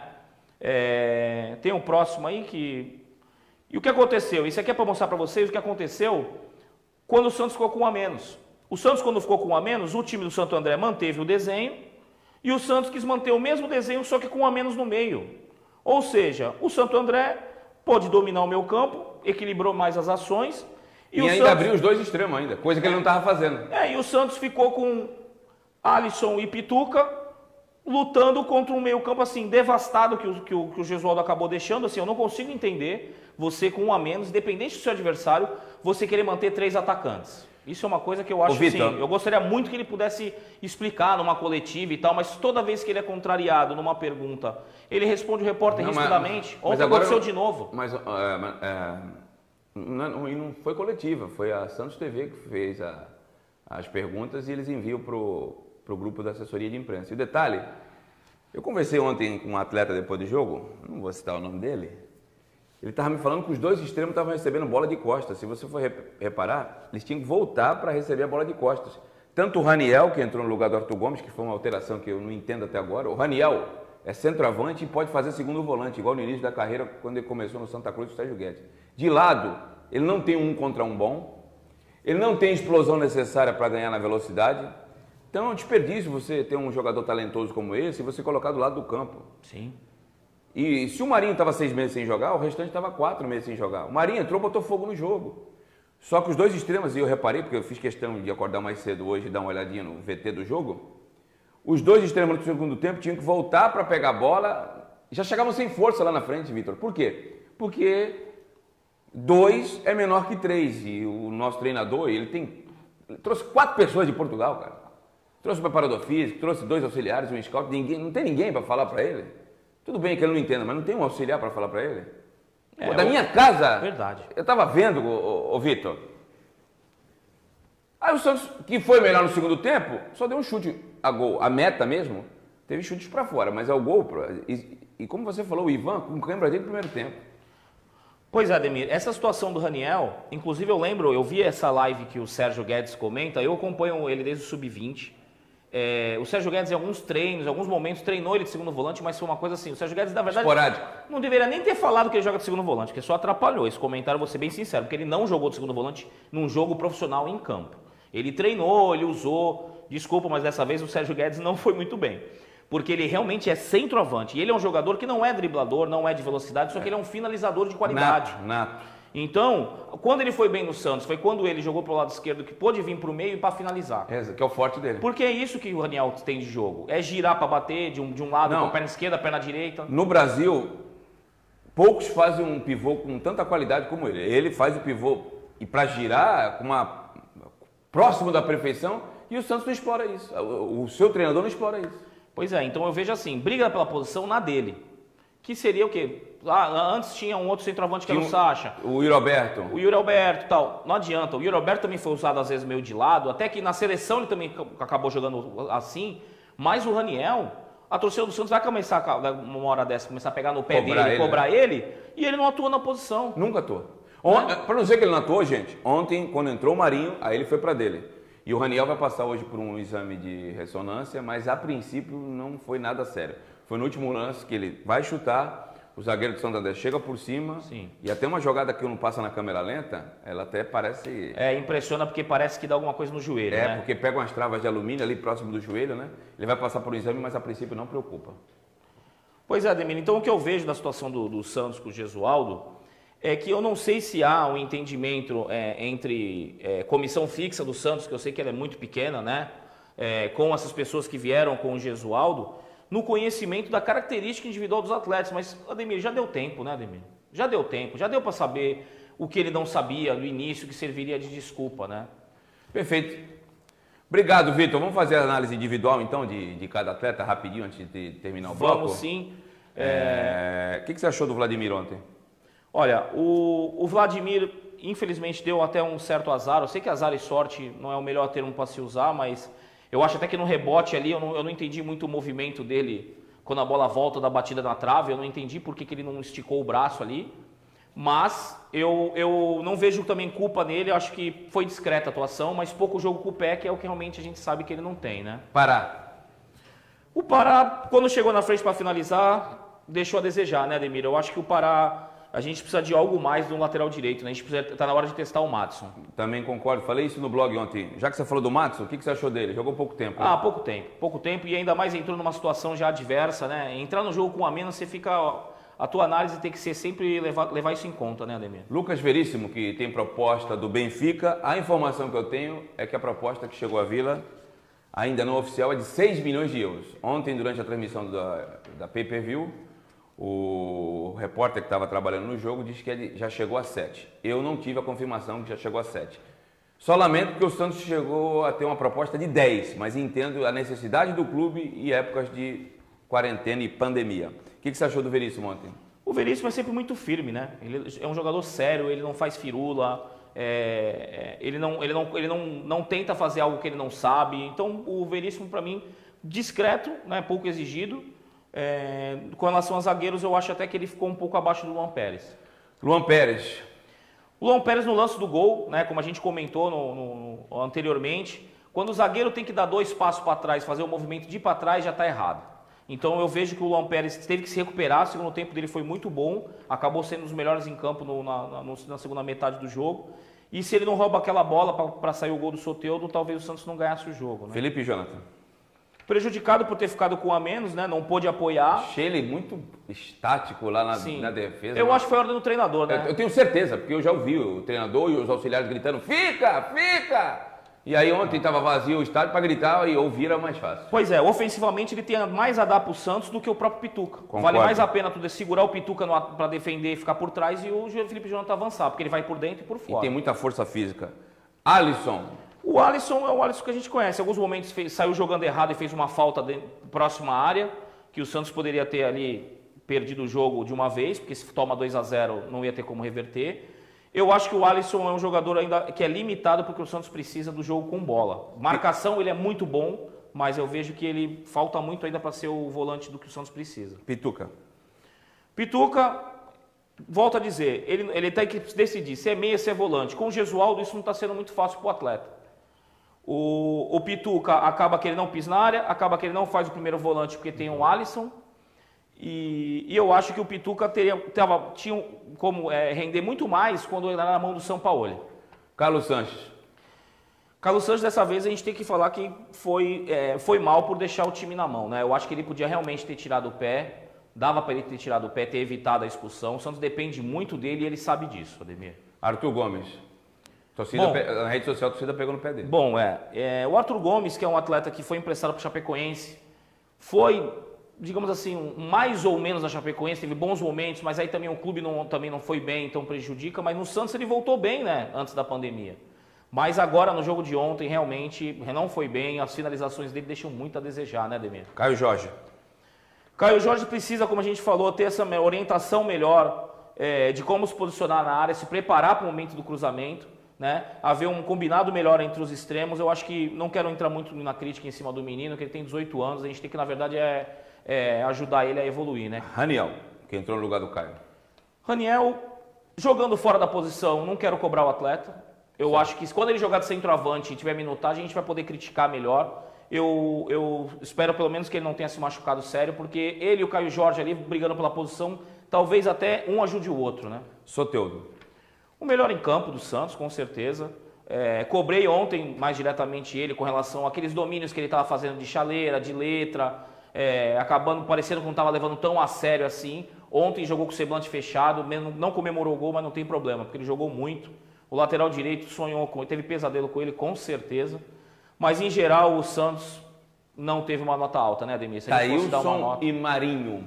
É, tem um próximo aí que... E o que aconteceu? Isso aqui é para mostrar para vocês o que aconteceu quando o Santos ficou com um a menos. O Santos, quando ficou com um a menos, o time do Santo André manteve o desenho e o Santos quis manter o mesmo desenho, só que com um a menos no meio. Ou seja, o Santo André pôde dominar o meio campo, equilibrou mais as ações. E, e ainda Santos... abriu os dois extremos ainda, coisa que ele não estava fazendo. É, e o Santos ficou com Alisson e Pituca lutando contra um meio campo assim, devastado que o, que o, que o Gesualdo acabou deixando. Assim, eu não consigo entender você com um a menos, independente do seu adversário, você querer manter três atacantes. Isso é uma coisa que eu acho assim, eu gostaria muito que ele pudesse explicar numa coletiva e tal, mas toda vez que ele é contrariado numa pergunta, ele responde o repórter não, rispidamente. Mas, Ontem mas agora aconteceu de novo. Mas é, é, não, não foi coletiva, foi a Santos T V que fez a, as perguntas e eles enviam para o grupo da assessoria de imprensa. E o detalhe, eu conversei ontem com um atleta depois do jogo, não vou citar o nome dele, ele estava me falando que os dois extremos estavam recebendo bola de costas. Se você for reparar, eles tinham que voltar para receber a bola de costas. Tanto o Raniel, que entrou no lugar do Arthur Gomes, que foi uma alteração que eu não entendo até agora. O Raniel é centroavante e pode fazer segundo volante, igual no início da carreira, quando ele começou no Santa Cruz do Sérgio Guedes. De lado, ele não tem um contra um bom, ele não tem a explosão necessária para ganhar na velocidade. Então é um desperdício você ter um jogador talentoso como esse e você colocar do lado do campo. Sim. E se o Marinho estava seis meses sem jogar, o restante estava quatro meses sem jogar. O Marinho entrou, botou fogo no jogo. Só que os dois extremos, e eu reparei, porque eu fiz questão de acordar mais cedo hoje e dar uma olhadinha no V T do jogo, os dois extremos no segundo tempo tinham que voltar para pegar a bola, já chegavam sem força lá na frente, Vitor. Por quê? Porque dois é menor que três, e o nosso treinador, ele tem, ele trouxe quatro pessoas de Portugal, cara. Trouxe o preparador físico, trouxe dois auxiliares, um scout, ninguém, não tem ninguém para falar para ele. Tudo bem que ele não entenda, mas não tem um auxiliar para falar para ele? É, Pô, da eu... minha casa, verdade. Eu estava vendo, ô, ô, ô Vitor. Aí o Santos, que foi melhor no segundo tempo, só deu um chute a gol. A meta mesmo, teve chutes para fora, mas é o gol. Pra... E, e como você falou, o Ivan, com câimbra dele no primeiro tempo. Pois é, Ademir, essa situação do Raniel, inclusive eu lembro, eu vi essa live que o Sérgio Guedes comenta, eu acompanho ele desde o sub vinte. É, o Sérgio Guedes em alguns treinos, em alguns momentos treinou ele de segundo volante, mas foi uma coisa assim, o Sérgio Guedes na verdade esporádico. Não deveria nem ter falado que ele joga de segundo volante, porque só atrapalhou. Esse comentário, vou ser bem sincero, porque ele não jogou de segundo volante num jogo profissional em campo. Ele treinou, ele usou, desculpa, mas dessa vez o Sérgio Guedes não foi muito bem, porque ele realmente é centroavante, e ele é um jogador que não é driblador, não é de velocidade, só que ele é um finalizador de qualidade. Nato, nato. Então, quando ele foi bem no Santos, foi quando ele jogou para o lado esquerdo, que pôde vir para o meio e para finalizar. É, que é o forte dele. Porque é isso que o Raniel tem de jogo. É girar para bater de um, de um lado Não. com a perna esquerda, a perna direita. No Brasil, poucos fazem um pivô com tanta qualidade como ele. Ele faz o pivô e para girar com uma próximo da perfeição, e o Santos não explora isso. O, o seu treinador não explora isso. Pois é, então eu vejo assim, briga pela posição na dele. Que seria o quê? Ah, antes tinha um outro centroavante que tinha era o Sacha. O Yuri Alberto. O Yuri Alberto e tal. Não adianta. O Yuri Alberto também foi usado às vezes meio de lado. Até que na seleção ele também acabou jogando assim. Mas o Raniel, a torcida do Santos vai começar, uma hora dessa, começar a pegar no pé cobrar dele, ele, cobrar né? ele. E ele não atua na posição. Nunca atua. Né? Para não dizer que ele não atuou, gente, ontem, quando entrou o Marinho, aí ele foi para dele. E o Raniel vai passar hoje por um exame de ressonância, mas a princípio não foi nada sério. Foi no último lance que ele vai chutar. O zagueiro do Santo André chega por cima. Sim. E até uma jogada que não passa na câmera lenta, ela até parece... É, impressiona porque parece que dá alguma coisa no joelho, É, né? porque pega umas travas de alumínio ali próximo do joelho, né? Ele vai passar por um exame, mas a princípio não preocupa. Pois é, Ademir. Então o que eu vejo da situação do, do Santos com o Gesualdo é que eu não sei se há um entendimento é, entre é, comissão fixa do Santos, que eu sei que ela é muito pequena, né? É, com essas pessoas que vieram com o Gesualdo, no conhecimento da característica individual dos atletas. Mas, Ademir, já deu tempo, né, Ademir? Já deu tempo, já deu para saber o que ele não sabia no início, que serviria de desculpa, né? Perfeito. Obrigado, Vitor. Vamos fazer a análise individual, então, de, de cada atleta, rapidinho, antes de terminar o bloco? Vamos sim. É... O que, que você achou do Vladimir ontem? Olha, o, o Vladimir, infelizmente, deu até um certo azar. Eu sei que azar e sorte não é o melhor termo para se usar, mas eu acho até que no rebote ali, eu não, eu não entendi muito o movimento dele quando a bola volta da batida na trave. Eu não entendi por que, que ele não esticou o braço ali. Mas eu, eu não vejo também culpa nele. Eu acho que foi discreta a atuação, mas pouco jogo com o pé, que é o que realmente a gente sabe que ele não tem, né? Pará. O Pará, quando chegou na frente para finalizar, deixou a desejar, né, Ademir? Eu acho que o Pará... A gente precisa de algo mais do lateral direito, né? A gente precisa, tá na hora de testar o Madison. Também concordo. Falei isso no blog ontem. Já que você falou do Madison, o que, que você achou dele? Jogou pouco tempo, né? Ah, pouco tempo. Pouco tempo e ainda mais entrou numa situação já adversa, né? Entrar no jogo com um a menos, você fica... A tua análise tem que ser sempre levar, levar isso em conta, né, Ademir? Lucas Veríssimo, que tem proposta do Benfica. A informação que eu tenho é que a proposta que chegou à Vila, ainda não oficial, é de seis milhões de euros. Ontem, durante a transmissão da, da Pay-Per-View, o repórter que estava trabalhando no jogo disse que ele já chegou a sete. Eu não tive a confirmação que já chegou a sete. Só lamento que o Santos chegou a ter uma proposta de dez, mas entendo a necessidade do clube e épocas de quarentena e pandemia. O que, que você achou do Veríssimo ontem? O Veríssimo é sempre muito firme, né? Ele é um jogador sério, ele não faz firula, é, ele, não, ele, não, ele não, não tenta fazer algo que ele não sabe. Então o Veríssimo, para mim, discreto, né? Pouco exigido. É, com relação aos zagueiros, eu acho até que ele ficou um pouco abaixo do Luan Pérez. Luan Pérez. O Luan Pérez no lance do gol, né, como a gente comentou no, no, no, anteriormente, quando o zagueiro tem que dar dois passos para trás, fazer o movimento de ir para trás, já está errado. Então eu vejo que o Luan Pérez teve que se recuperar, o segundo tempo dele foi muito bom, acabou sendo um dos melhores em campo no, na, na, na segunda metade do jogo. E se ele não rouba aquela bola para sair o gol do Soteldo, talvez o Santos não ganhasse o jogo, né? Felipe e Jonathan. Prejudicado por ter ficado com um a menos, né? Não pôde apoiar. Achei ele muito estático lá na, Sim. na defesa. Eu mas... acho que foi a ordem do treinador, né? Eu, eu tenho certeza, porque eu já ouvi o treinador e os auxiliares gritando: fica, fica! E aí ontem estava vazio o estádio para gritar e ouvir era mais fácil. Pois é, ofensivamente ele tem mais a dar para o Santos do que o próprio Pituca. Concordo. Vale mais a pena tu segurar o Pituca para defender e ficar por trás e o Felipe Jonathan avançar, porque ele vai por dentro e por fora. E tem muita força física. Alisson. O Alisson é o Alisson que a gente conhece. Em alguns momentos fez, saiu jogando errado e fez uma falta de, próxima à área, que o Santos poderia ter ali perdido o jogo de uma vez, porque se toma dois a zero não ia ter como reverter. Eu acho que o Alisson é um jogador ainda que é limitado porque o Santos precisa do jogo com bola. Marcação ele é muito bom, mas eu vejo que ele falta muito ainda para ser o volante do que o Santos precisa. Pituca. Pituca, volto a dizer, ele, ele tem que decidir se é meia, se é volante. Com o Gesualdo isso não está sendo muito fácil para o atleta. O, o Pituca acaba que ele não pisa na área, acaba que ele não faz o primeiro volante porque tem um Alisson. E, e eu acho que o Pituca teria, tava, tinha como é, render muito mais quando ele era na mão do Sampaoli. Carlos Sanches. Carlos Sanches, dessa vez, a gente tem que falar que foi, é, foi mal por deixar o time na mão, né? Eu acho que ele podia realmente ter tirado o pé, dava para ele ter tirado o pé, ter evitado a expulsão. O Santos depende muito dele e ele sabe disso, Ademir. Arthur Gomes. Torcida Bom, pe... Na rede social, a torcida pegou no pé dele. Bom, é, é. O Arthur Gomes, que é um atleta que foi emprestado para o Chapecoense, foi, digamos assim, um, mais ou menos a Chapecoense, teve bons momentos, mas aí também o clube não, também não foi bem, então prejudica. Mas no Santos ele voltou bem, né, antes da pandemia. Mas agora, no jogo de ontem, realmente não foi bem, as finalizações dele deixam muito a desejar, né, Ademir? Caio Jorge. Caio Jorge precisa, como a gente falou, ter essa orientação melhor é, de como se posicionar na área, se preparar para o momento do cruzamento, né? Haver um combinado melhor entre os extremos. Eu acho que não quero entrar muito na crítica em cima do menino, que ele tem dezoito anos, a gente tem que, na verdade, é, é ajudar ele a evoluir, né? Raniel, que entrou no lugar do Caio. Raniel, jogando fora da posição, não quero cobrar o atleta. Eu certo. Acho que quando ele jogar de centroavante e tiver minutagem, a gente vai poder criticar melhor. Eu, eu espero pelo menos que ele não tenha se machucado sério, porque ele e o Caio Jorge ali brigando pela posição talvez até um ajude o outro, né? Soteldo. O melhor em campo do Santos, com certeza. É, cobrei ontem mais diretamente ele com relação àqueles domínios que ele estava fazendo de chaleira, de letra, é, acabando parecendo que não estava levando tão a sério assim. Ontem jogou com o semblante fechado, não comemorou o gol, mas não tem problema, porque ele jogou muito. O lateral direito sonhou com ele, teve pesadelo com ele, com certeza. Mas em geral o Santos não teve uma nota alta, né, Ademir? Se a gente fosse dar uma nota... e Marinho.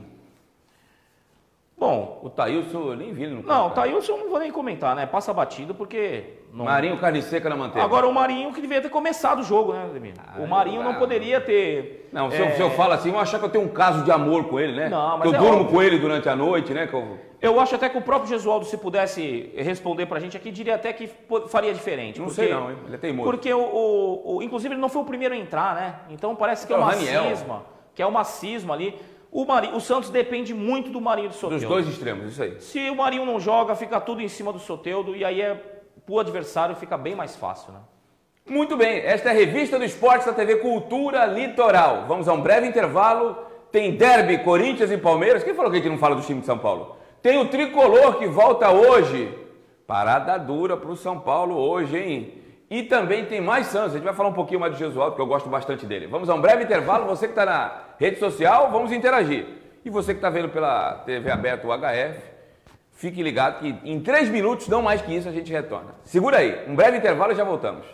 Bom, o Thailson eu nem vi ele no campo. Não, o Thailson eu não vou nem comentar, né? Passa batido porque... Não... Marinho, carne seca na manteiga. Agora o Marinho que devia ter começado o jogo, né, Ademir? Ah, o Marinho não, não poderia ter... Não, se, é... eu, se eu falo assim, eu achar que eu tenho um caso de amor com ele, né? Não, mas eu é durmo óbvio. com ele durante a noite, né? Que eu... eu acho até que o próprio Gesualdo, se pudesse responder pra gente aqui, diria até que faria diferente. Não porque... sei não, hein? Ele é teimoso. Porque, o, o, o, inclusive, ele não foi o primeiro a entrar, né? Então parece que é, é uma Raniel. cisma, que é uma cisma ali. O, Marinho, o Santos depende muito do Marinho do Soteldo. Dos dois extremos, isso aí. Se o Marinho não joga, fica tudo em cima do Soteldo e aí é, pro adversário fica bem mais fácil, né? Muito bem, esta é a Revista do Esporte da T V Cultura Litoral. Vamos a um breve intervalo. Tem derby, Corinthians e Palmeiras. Quem falou que a gente não fala do time de São Paulo? Tem o Tricolor que volta hoje. Parada dura pro São Paulo hoje, hein? E também tem mais Santos. A gente vai falar um pouquinho mais do Gesualdo, porque eu gosto bastante dele. Vamos a um breve intervalo. Você que está na rede social, vamos interagir. E você que está vendo pela T V aberta, o H F, fique ligado que em três minutos, não mais que isso, a gente retorna. Segura aí. Um breve intervalo e já voltamos.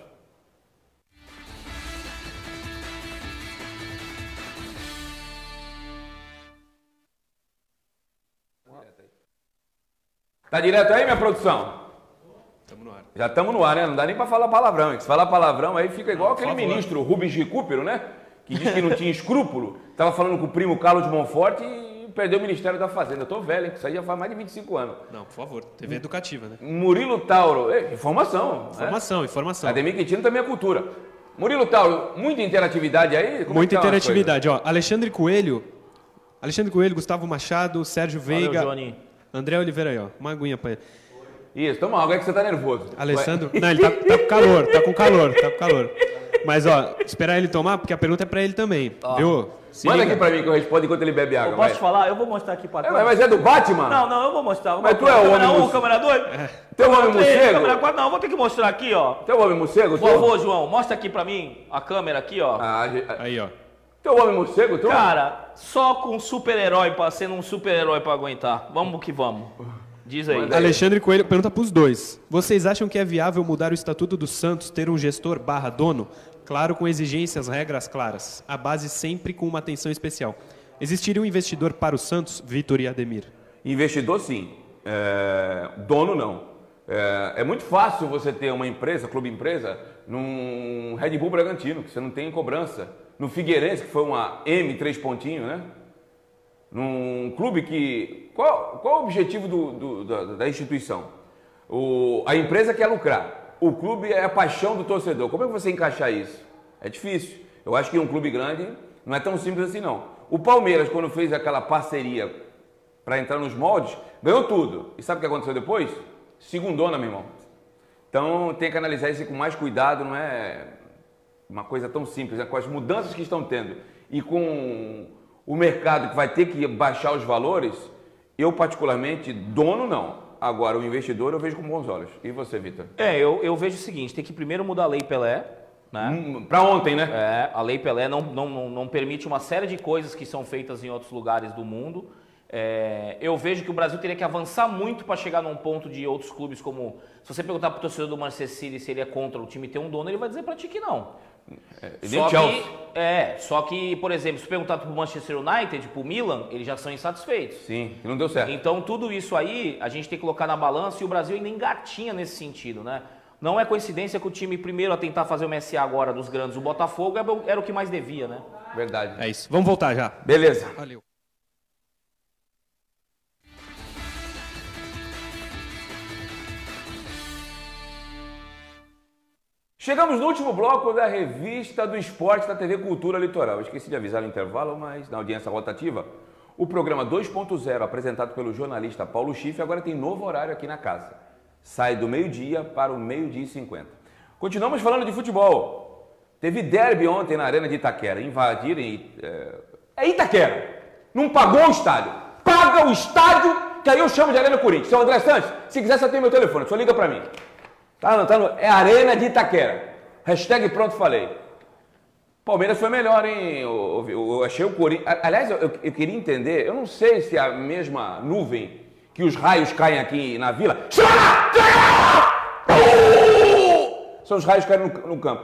Tá direto aí, minha produção? Estamos no ar. Já estamos no ar, né? Não dá nem para falar palavrão. Se falar palavrão, aí fica igual não, aquele ministro Rubens Recupero, né? Que disse que não tinha escrúpulo. Estava falando com o primo Carlos Monforte e perdeu o Ministério da Fazenda. Eu tô velho, hein? Isso aí já faz mais de vinte e cinco anos. Não, por favor. T V educativa, né? Murilo Tauro. Ei, informação. Informação, né? informação. Ademir Quintino também é cultura. Murilo Tauro, muita interatividade aí? Como muita é interatividade, ó. Alexandre Coelho. Alexandre Coelho, Gustavo Machado, Sérgio Veiga. Valeu, Johnny. André Oliveira aí, ó. Uma aguinha pra ele. Isso, toma água, é que você tá nervoso. Alessandro. Não, ele tá, tá com calor, tá com calor, tá com calor. Mas, ó, esperar ele tomar, porque a pergunta é pra ele também. Ó, viu? Se manda liga. aqui pra mim que eu respondo enquanto ele bebe água. Eu posso vai. te falar? Eu vou mostrar aqui pra é, Mas é do Batman? Não, não, eu vou mostrar. Eu mas vou tu é o câmera homem um, morcego? câmera dois? É. Teu homem morcego? Câmera quatro, não, eu vou ter que mostrar aqui, ó. Teu homem morcego? Por favor, João, mostra aqui pra mim a câmera aqui, ó. Ah, aí, ó. Teu homem morcego, tu? Cara, só com um super-herói, sendo um super-herói pra aguentar. Vamos que vamos. Diz aí. Alexandre Coelho pergunta pros dois. Vocês acham que é viável mudar o estatuto do Santos, ter um gestor barra dono? Claro, com exigências, regras claras. A base sempre com uma atenção especial. Existiria um investidor para o Santos, Vitor e Ademir? Investidor, sim. É... Dono, não. É... é muito fácil você ter uma empresa, clube empresa, num Red Bull Bragantino, que você não tem cobrança. No Figueirense, que foi uma M, três pontinhos, né? Num clube que... Qual, qual o objetivo do, do, da, da instituição? O, a empresa quer lucrar. O clube é a paixão do torcedor. Como é que você encaixar isso? É difícil. Eu acho que um clube grande não é tão simples assim, não. O Palmeiras, quando fez aquela parceria para entrar nos moldes, ganhou tudo. E sabe o que aconteceu depois? Segundona, meu irmão. Então tem que analisar isso com mais cuidado, não é uma coisa tão simples, né? Com as mudanças que estão tendo e com o mercado que vai ter que baixar os valores, eu particularmente, dono não. Agora, o investidor eu vejo com bons olhos. E você, Vitor? É, eu, eu vejo o seguinte, tem que primeiro mudar a Lei Pelé, né? Hum, para ontem, né? É, a Lei Pelé não, não, não, não permite uma série de coisas que são feitas em outros lugares do mundo. É, eu vejo que o Brasil teria que avançar muito para chegar num ponto de outros clubes como... Se você perguntar para o torcedor do Manchester City se ele é contra o time ter um dono, ele vai dizer para ti que não. É, só, que, é, só que, por exemplo, se perguntar para o Manchester United, para o Milan, eles já são insatisfeitos. Sim, não deu certo. Então tudo isso aí a gente tem que colocar na balança e o Brasil ainda engatinha nesse sentido, né? Não é coincidência que o time primeiro a tentar fazer o M S A agora dos grandes, o Botafogo, era o que mais devia, né? Verdade. É isso. Vamos voltar já. Beleza. Valeu. Chegamos no último bloco da Revista do Esporte da T V Cultura Litoral. Eu esqueci de avisar no intervalo, mas na audiência rotativa, o programa dois ponto zero, apresentado pelo jornalista Paulo Schiff, agora tem novo horário aqui na casa. Sai do meio-dia para o meio-dia e cinquenta. Continuamos falando de futebol. Teve derby ontem na Arena de Itaquera. Invadiram... É, é Itaquera. Não pagou o estádio. Paga o estádio que aí eu chamo de Arena Corinthians. Seu André Santos, se quiser, você tem meu telefone, só liga pra mim. Tá, não, tá no, é Arena de Itaquera. Hashtag pronto, falei. Palmeiras foi melhor, hein? Eu, eu, eu achei o Corinthians... Aliás, eu, eu queria entender, eu não sei se é a mesma nuvem que os raios caem aqui na Vila. São os raios que caem no, no campo.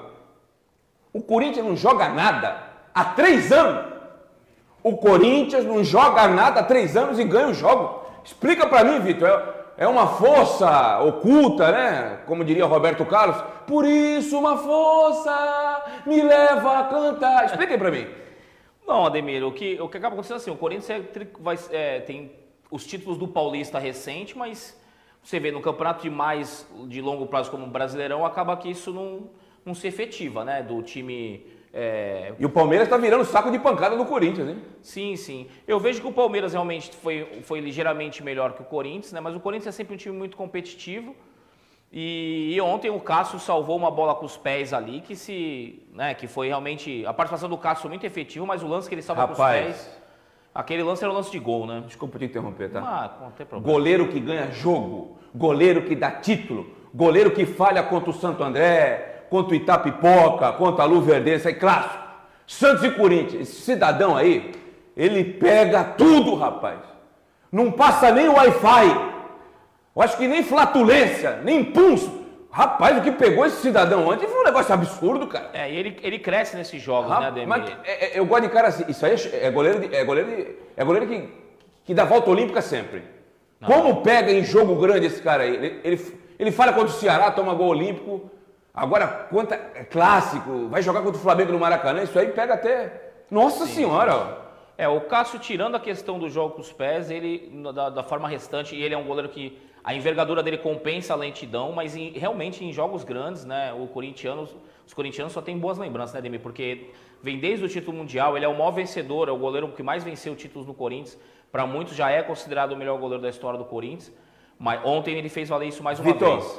O Corinthians não joga nada há três anos. O Corinthians não joga nada há três anos e ganha o jogo. Explica pra mim, Vitor. É, é uma força oculta, né? Como diria Roberto Carlos. Por isso uma força me leva a cantar. Explica aí pra mim. Não, Ademir, o que, o que acaba acontecendo é assim, o Corinthians é, vai, é, tem os títulos do Paulista recente, mas você vê no campeonato de mais de longo prazo como o Brasileirão, acaba que isso não, não se efetiva, né? Do time... É... E o Palmeiras está virando saco de pancada do Corinthians, hein? Sim, sim. Eu vejo que o Palmeiras realmente foi, foi ligeiramente melhor que o Corinthians, né? Mas o Corinthians é sempre um time muito competitivo. E, e ontem o Cássio salvou uma bola com os pés ali, que se, né, que foi realmente... A participação do Cássio foi muito efetiva, mas o lance que ele salva Rapaz, com os pés... Aquele lance era o lance de gol, né? Desculpa te interromper, tá? Ah, não tem problema. Goleiro que ganha jogo, goleiro que dá título, goleiro que falha contra o Santo André... Contra o Itapipoca, contra a Luverdense, aí clássico. Santos e Corinthians, esse cidadão aí, ele pega tudo, rapaz. Não passa nem o Wi-Fi. Eu acho que nem flatulência, nem pulso. Rapaz, o que pegou esse cidadão ontem foi um negócio absurdo, cara. É, e ele, ele cresce nesses jogos, Rapaz, né, Ademir? Mas é, é, eu gosto de cara assim, isso aí é, é goleiro, de, é goleiro, de, é goleiro que, que dá volta olímpica sempre. Não. Como pega em jogo grande esse cara aí? Ele, ele, ele fala contra o Ceará, toma gol olímpico. Agora, quanto é clássico, vai jogar contra o Flamengo no Maracanã, isso aí pega até... Nossa Sim, Senhora! É, o Cássio, tirando a questão do jogo com os pés, ele, da, da forma restante, ele é um goleiro que a envergadura dele compensa a lentidão, mas em, realmente em jogos grandes, né, o corintiano, os corintianos só têm boas lembranças, né, Ademir? Porque vem desde o título mundial, ele é o maior vencedor, é o goleiro que mais venceu títulos no Corinthians, para muitos já é considerado o melhor goleiro da história do Corinthians, mas ontem ele fez valer isso mais uma Vitor. vez.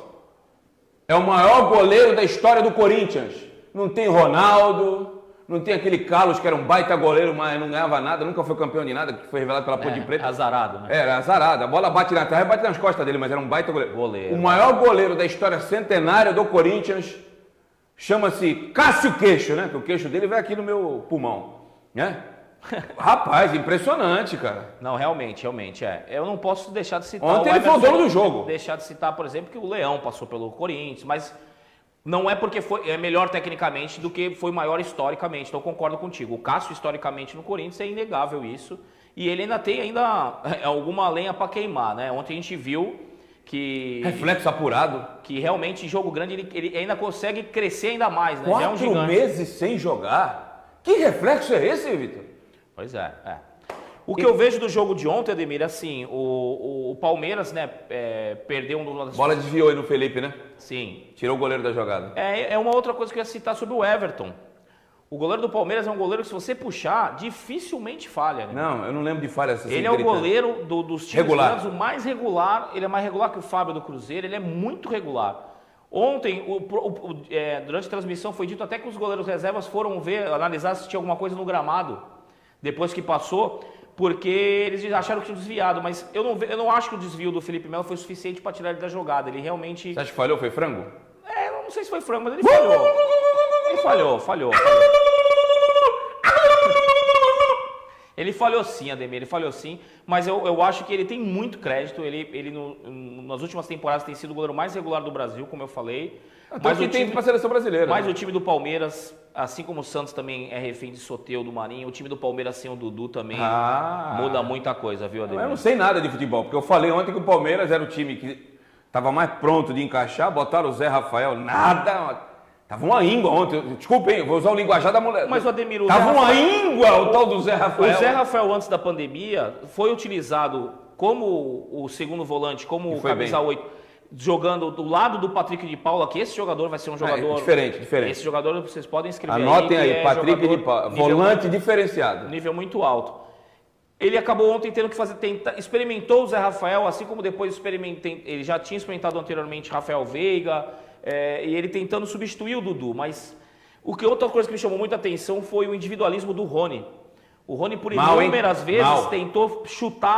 É o maior goleiro da história do Corinthians. Não tem Ronaldo, não tem aquele Carlos que era um baita goleiro, mas não ganhava nada, nunca foi campeão de nada, que foi revelado pela Ponte É, Preta. azarado, né? Era azarado. A bola bate na terra e bate nas costas dele, mas era um baita goleiro. Goleiro. O maior goleiro da história centenária do Corinthians chama-se Cássio Queixo, né? Que o queixo dele vai aqui no meu pulmão, né? Rapaz, impressionante, cara. Não, realmente, realmente, é. Eu não posso deixar de citar... Ontem ele foi o dono do jogo. Deixar de citar, por exemplo, que o Leão passou pelo Corinthians, mas não é porque foi, é melhor tecnicamente do que foi maior historicamente, então eu concordo contigo. O Cássio, historicamente, no Corinthians é inegável isso, e ele ainda tem ainda alguma lenha para queimar, né? Ontem a gente viu que... Reflexo apurado. Que realmente, em jogo grande, ele, ele ainda consegue crescer ainda mais, né? Quatro é um gigante. meses sem jogar? Que reflexo é esse, Vitor? Pois é, é. O que eu vejo do jogo de ontem, Ademir, assim, o, o, o Palmeiras, né, é, perdeu um dos... Bola desviou aí no Felipe, né? Sim. Tirou o goleiro da jogada. É, é uma outra coisa que eu ia citar sobre o Everton. O goleiro do Palmeiras é um goleiro que, se você puxar, dificilmente falha. Né? Não, eu não lembro de falha assim. Ele é o goleiro do, dos times regular. grandes, o mais regular. Ele é mais regular que o Fábio do Cruzeiro, ele é muito regular. Ontem, o, o, o, é, durante a transmissão, foi dito até que os goleiros reservas foram ver, analisar se tinha alguma coisa no gramado. Depois que passou, porque eles acharam que tinha desviado, mas eu não, eu não acho que o desvio do Felipe Melo foi suficiente para tirar ele da jogada. Ele realmente... Você acha que falhou? Foi frango? É, eu não sei se foi frango, mas ele falhou. Ele falhou, falhou. falhou. Ele falhou sim, Ademir, ele falhou sim, mas eu, eu acho que ele tem muito crédito. Ele, ele no, nas últimas temporadas tem sido o goleiro mais regular do Brasil, como eu falei. Então Mas que o tem time, para a seleção brasileira. mas né? o time do Palmeiras, assim como o Santos também é refém de Soteldo, do Marinho, o time do Palmeiras sem o Dudu também Ah. muda muita coisa, viu, Ademir? Eu não sei nada de futebol, porque eu falei ontem que o Palmeiras era o time que estava mais pronto de encaixar, botaram o Zé Rafael, nada. Tava uma íngua ontem. Desculpa, hein, vou usar o linguajar da mulher. Mas o Ademir, o Tava Zé uma Rafael- íngua o tal do Zé Rafael. O Zé Rafael, antes da pandemia, foi utilizado como o segundo volante, como E o foi camisa bem. oito, jogando do lado do Patrick de Paula, que esse jogador vai ser um jogador... É, diferente, diferente. Esse jogador vocês podem escrever Anotem aí, aí, que é Patrick jogador de Paula, nível- volante diferenciado. nível muito alto. Ele acabou ontem tendo que fazer, tenta, experimentou o Zé Rafael, assim como depois experimentei, ele já tinha experimentado anteriormente Rafael Veiga, é, e ele tentando substituir o Dudu, mas o que outra coisa que me chamou muita atenção foi o individualismo do Rony. O Rony, por Mal, hein? inúmeras vezes, Mal. tentou chutar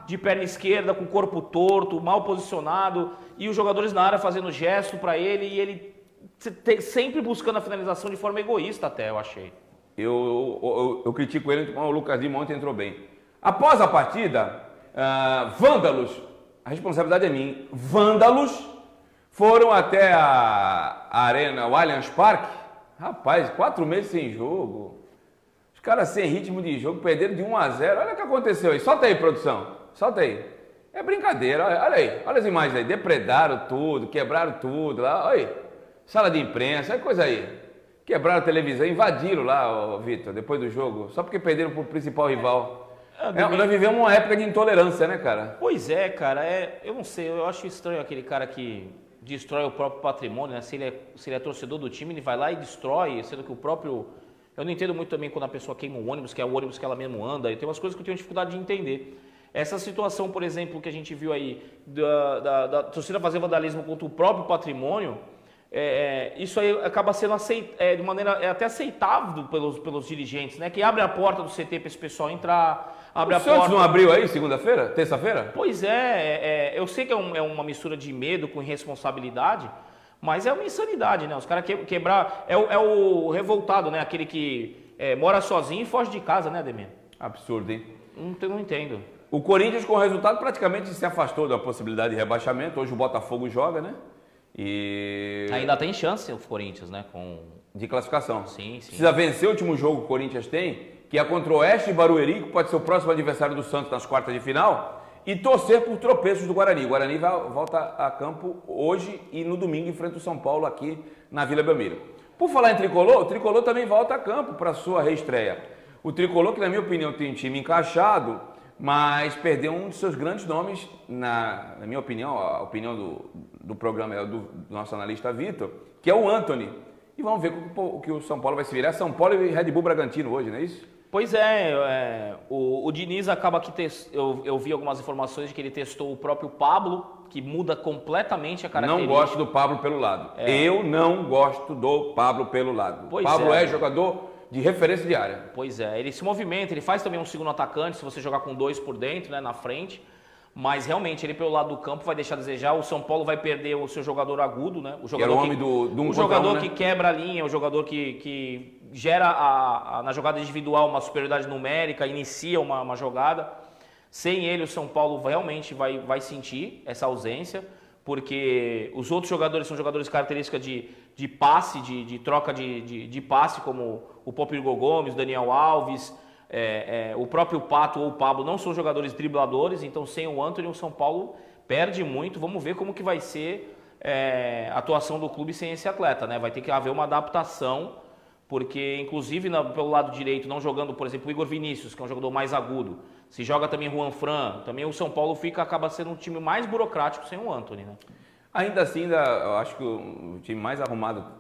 de perna esquerda, com o corpo torto, mal posicionado, e os jogadores na área fazendo gesto para ele, e ele sempre buscando a finalização de forma egoísta até, eu achei. Eu, eu, eu, eu critico ele, o Lucas Lima ontem entrou bem. Após a partida, uh, vândalos, a responsabilidade é minha, vândalos foram até a, a arena, o Allianz Parque. Rapaz, quatro meses sem jogo. Os caras sem ritmo de jogo, perderam de um a zero. Olha o que aconteceu aí. Solta aí, produção. Solta aí. É brincadeira. Olha, olha aí. Olha as imagens aí. Depredaram tudo, quebraram tudo lá. Olha aí. Sala de imprensa, olha coisa aí. Quebraram a televisão, invadiram lá, Vitor, depois do jogo. Só porque perderam pro principal rival. É, é, nós vivemos uma época de intolerância, né, cara? Pois é, cara. É, eu não sei. Eu acho estranho aquele cara que destrói o próprio patrimônio, né? Se ele, é, se ele é torcedor do time, ele vai lá e destrói, sendo que o próprio... Eu não entendo muito também quando a pessoa queima um ônibus, que é o ônibus que ela mesmo anda, e tem umas coisas que eu tenho dificuldade de entender. Essa situação, por exemplo, que a gente viu aí, da, da, da torcida fazer vandalismo contra o próprio patrimônio, é, isso aí acaba sendo aceit, é, de maneira é até aceitável pelos, pelos dirigentes, né? Que abre a porta do C T para esse pessoal entrar, abre o a Santos porta... não abriu aí segunda-feira? Terça-feira? Pois é, é, eu sei que é, um, é uma mistura de medo com irresponsabilidade, mas é uma insanidade, né? Os caras que, quebrar... É o, é o revoltado, né? Aquele que é, mora sozinho e foge de casa, né, Ademir? Absurdo, hein? Não, não entendo. O Corinthians, com o resultado, praticamente se afastou da possibilidade de rebaixamento. Hoje o Botafogo joga, né? E... Ainda tem chance o Corinthians, né? Com... De classificação. Sim, sim. Precisa vencer o último jogo que o Corinthians tem, que é contra o Oeste e Barueri, que pode ser o próximo adversário do Santos nas quartas de final, e torcer por tropeços do Guarani. O Guarani vai, volta a campo hoje e no domingo enfrenta o São Paulo aqui na Vila Belmiro. Por falar em Tricolor, o Tricolor também volta a campo para a sua reestreia. O Tricolor, que na minha opinião tem um time encaixado, mas perdeu um de seus grandes nomes, na, na minha opinião, a opinião do, do programa é do, do nosso analista Vitor, que é o Antony. E vamos ver o que o São Paulo vai se virar. São Paulo e Red Bull Bragantino hoje, não é isso? Pois é, é o, o Diniz acaba que test, eu, eu vi algumas informações de que ele testou o próprio Pablo, que muda completamente a característica. Não gosto do Pablo pelo lado. É. Eu não gosto do Pablo pelo lado. Pois Pablo é, é jogador de referência diária. Pois é, ele se movimenta, ele faz também um segundo atacante, se você jogar com dois por dentro, né, na frente. Mas realmente, ele pelo lado do campo vai deixar a desejar. O São Paulo vai perder o seu jogador agudo, né? O jogador, que era o homem que, do, do um o jogador um, né? que quebra a linha, o jogador que, que gera a, a, na jogada individual uma superioridade numérica, inicia uma, uma jogada. Sem ele, o São Paulo realmente vai, vai sentir essa ausência, porque os outros jogadores são jogadores características de, de passe, de, de troca de, de, de passe, como o Popirgo Gomes, Daniel Alves... É, é, o próprio Pato ou o Pablo não são jogadores dribladores, então sem o Antony o São Paulo perde muito. Vamos ver como que vai ser é, a atuação do clube sem esse atleta, né? Vai ter que haver uma adaptação, porque inclusive na, pelo lado direito, não jogando, por exemplo, o Igor Vinícius, que é um jogador mais agudo, se joga também Juan Fran, também o São Paulo fica, acaba sendo um time mais burocrático sem o Antony, né? Ainda assim, ainda, eu acho que o, o time mais arrumado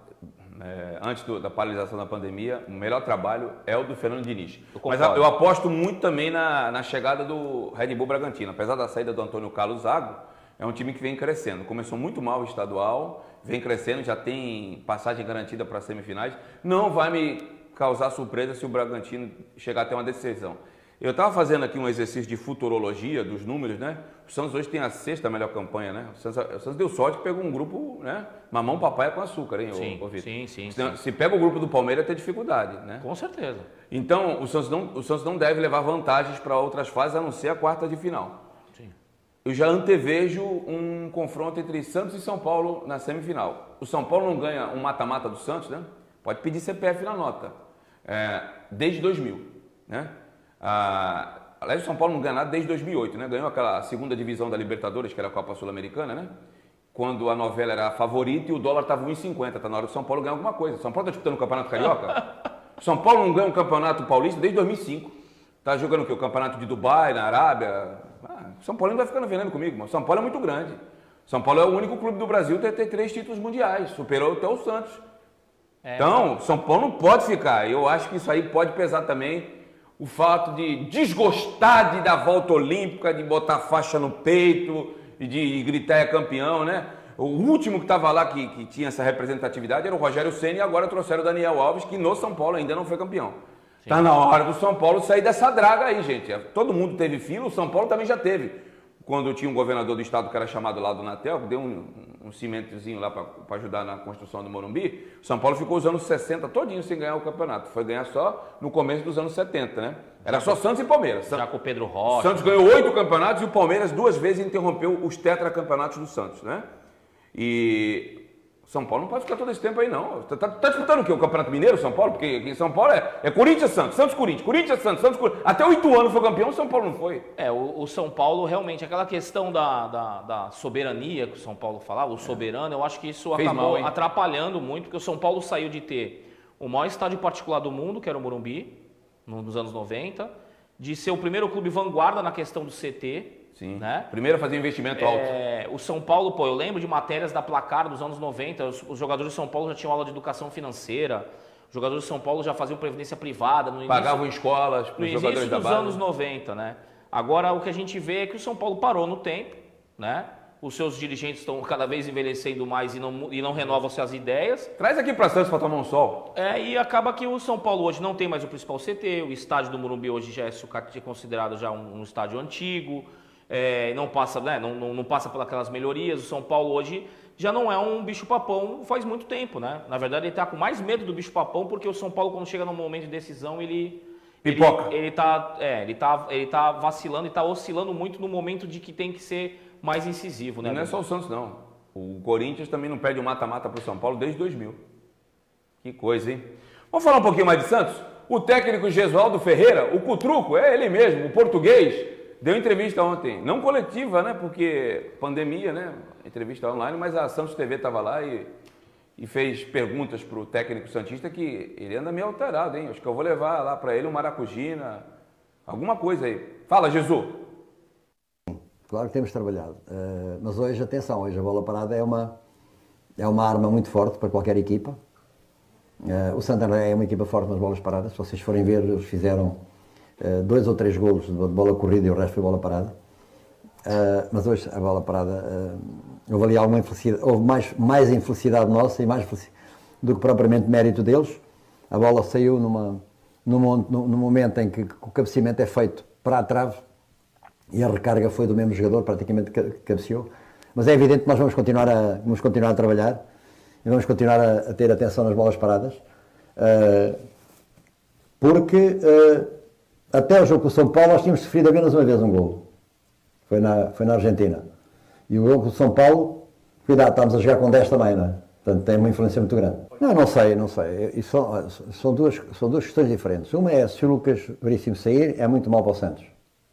É, antes do, da paralisação da pandemia, o melhor trabalho é o do Fernando Diniz. Eu Mas eu, eu aposto muito também na, na chegada do Red Bull Bragantino. Apesar da saída do Antônio Carlos Zago, é um time que vem crescendo. Começou muito mal o estadual, vem crescendo, já tem passagem garantida para as semifinais. Não vai me causar surpresa se o Bragantino chegar até uma decisão. Eu estava fazendo aqui um exercício de futurologia dos números, né? O Santos hoje tem a sexta melhor campanha, né? O Santos, o Santos deu sorte que pegou um grupo, né? Mamão papai com açúcar, hein? Sim, ô, ô, sim, sim, se, sim. se pega o grupo do Palmeiras, tem dificuldade, né? Com certeza. Então, o Santos não, o Santos não deve levar vantagens para outras fases, a não ser a quarta de final. Sim. Eu já antevejo um confronto entre Santos e São Paulo na semifinal. O São Paulo não ganha um mata-mata do Santos, né? Pode pedir C P F na nota. É, desde dois mil, né? Ah, Aliás, o São Paulo não ganha nada desde dois mil e oito, né? Ganhou aquela segunda divisão da Libertadores, que era a Copa Sul-Americana, né? Quando a novela era a favorita e o dólar estava um e cinquenta. Está na hora do São Paulo ganhar alguma coisa. São Paulo está disputando o Campeonato Carioca? O São Paulo não ganha um Campeonato Paulista desde dois mil e cinco. Está jogando o quê? O Campeonato de Dubai, na Arábia. Ah, São Paulo não vai ficando veneno comigo, mas São Paulo é muito grande. São Paulo é o único clube do Brasil a ter três títulos mundiais. Superou até o Santos. É, então, São Paulo não pode ficar. Eu acho que isso aí pode pesar também. O fato de desgostar de dar volta olímpica, de botar faixa no peito e de gritar é campeão, né? O último que estava lá que, que tinha essa representatividade era o Rogério Ceni e agora trouxeram o Daniel Alves, que no São Paulo ainda não foi campeão. Tá na hora do São Paulo sair dessa draga aí, gente. Todo mundo teve fila, o São Paulo também já teve. Quando tinha um governador do estado que era chamado lá do Natel, que deu um, um cimentozinho lá para ajudar na construção do Morumbi, o São Paulo ficou os anos sessenta todinho sem ganhar o campeonato. Foi ganhar só no começo dos anos setenta, né? Era só Santos e Palmeiras. Já com o Pedro Rocha. Santos ganhou oito campeonatos e o Palmeiras duas vezes interrompeu os tetracampeonatos do Santos, né? E São Paulo não pode ficar todo esse tempo aí, não. Tá, tá, tá disputando o quê? O Campeonato Mineiro, São Paulo? Porque aqui em São Paulo é, é Corinthians, Santos, Santos, Corinthians, Corinthians, Santos, Santos, Corinthians. Até oito anos foi campeão, o São Paulo não foi. É, o, o São Paulo realmente, aquela questão da, da, da soberania que o São Paulo falava, o soberano, eu acho que isso Fez acabou mal, atrapalhando muito, porque o São Paulo saiu de ter o maior estádio particular do mundo, que era o Morumbi, nos anos noventa, de ser o primeiro clube vanguarda na questão do C T. Sim. Né? Primeiro a fazer investimento alto. É, o São Paulo, pô, eu lembro de matérias da Placar dos anos noventa, os, os jogadores de São Paulo já tinham aula de educação financeira, os jogadores de São Paulo já faziam previdência privada. No início, Pagavam escolas para os jogadores da dos base. anos noventa, né? Agora o que a gente vê é que o São Paulo parou no tempo, né? Os seus dirigentes estão cada vez envelhecendo mais e não, e não renovam suas ideias. Traz aqui para Santos para tomar um sol. É, e acaba que o São Paulo hoje não tem mais o principal C T, o estádio do Morumbi hoje já é considerado já um, um estádio antigo. É, não passa, né, não, não, não passa por aquelas melhorias. O São Paulo hoje já não é um bicho-papão faz muito tempo, né? Na verdade, ele está com mais medo do bicho-papão porque o São Paulo, quando chega num momento de decisão, ele pipoca. Ele, ele tá, é, ele tá, ele tá vacilando e está oscilando muito no momento de que tem que ser mais incisivo, né? E não é só o Santos, não. O Corinthians também não perde o mata-mata para o São Paulo desde dois mil. Que coisa, hein? Vamos falar um pouquinho mais de Santos? O técnico Gesualdo Ferreira, o Cutruco, é ele mesmo, o português. Deu entrevista ontem, não coletiva, né? Porque pandemia, né? Entrevista online, mas a Santos T V estava lá e, e fez perguntas para o técnico santista que ele anda meio alterado, hein? Acho que eu vou levar lá para ele um maracujina, alguma coisa aí. Fala, Jesus! Claro que temos trabalhado, uh, mas hoje, atenção, hoje a bola parada é uma, é uma arma muito forte para qualquer equipa. Uh, o Santos é uma equipa forte nas bolas paradas, se vocês forem ver, eles fizeram Uh, dois ou três golos de bola corrida e o resto foi bola parada. Uh, mas hoje a bola parada uh, houve ali alguma infelicidade, houve mais, mais infelicidade nossa e mais do que propriamente mérito deles. A bola saiu numa, numa, no momento em que o cabeceamento é feito para a trave e a recarga foi do mesmo jogador, praticamente cabeceou. Mas é evidente que nós vamos continuar a, vamos continuar a trabalhar e vamos continuar a, a ter atenção nas bolas paradas, uh, porque uh, até o jogo com o São Paulo nós tínhamos sofrido apenas uma vez um golo. Foi na, foi na Argentina. E o jogo com o São Paulo, cuidado, estamos a jogar com dez também, não é? Portanto, tem uma influência muito grande. Não, não sei, não sei. Isso são, são, duas, são duas questões diferentes. Uma é, se o Lucas Veríssimo sair, é muito mau para o Santos.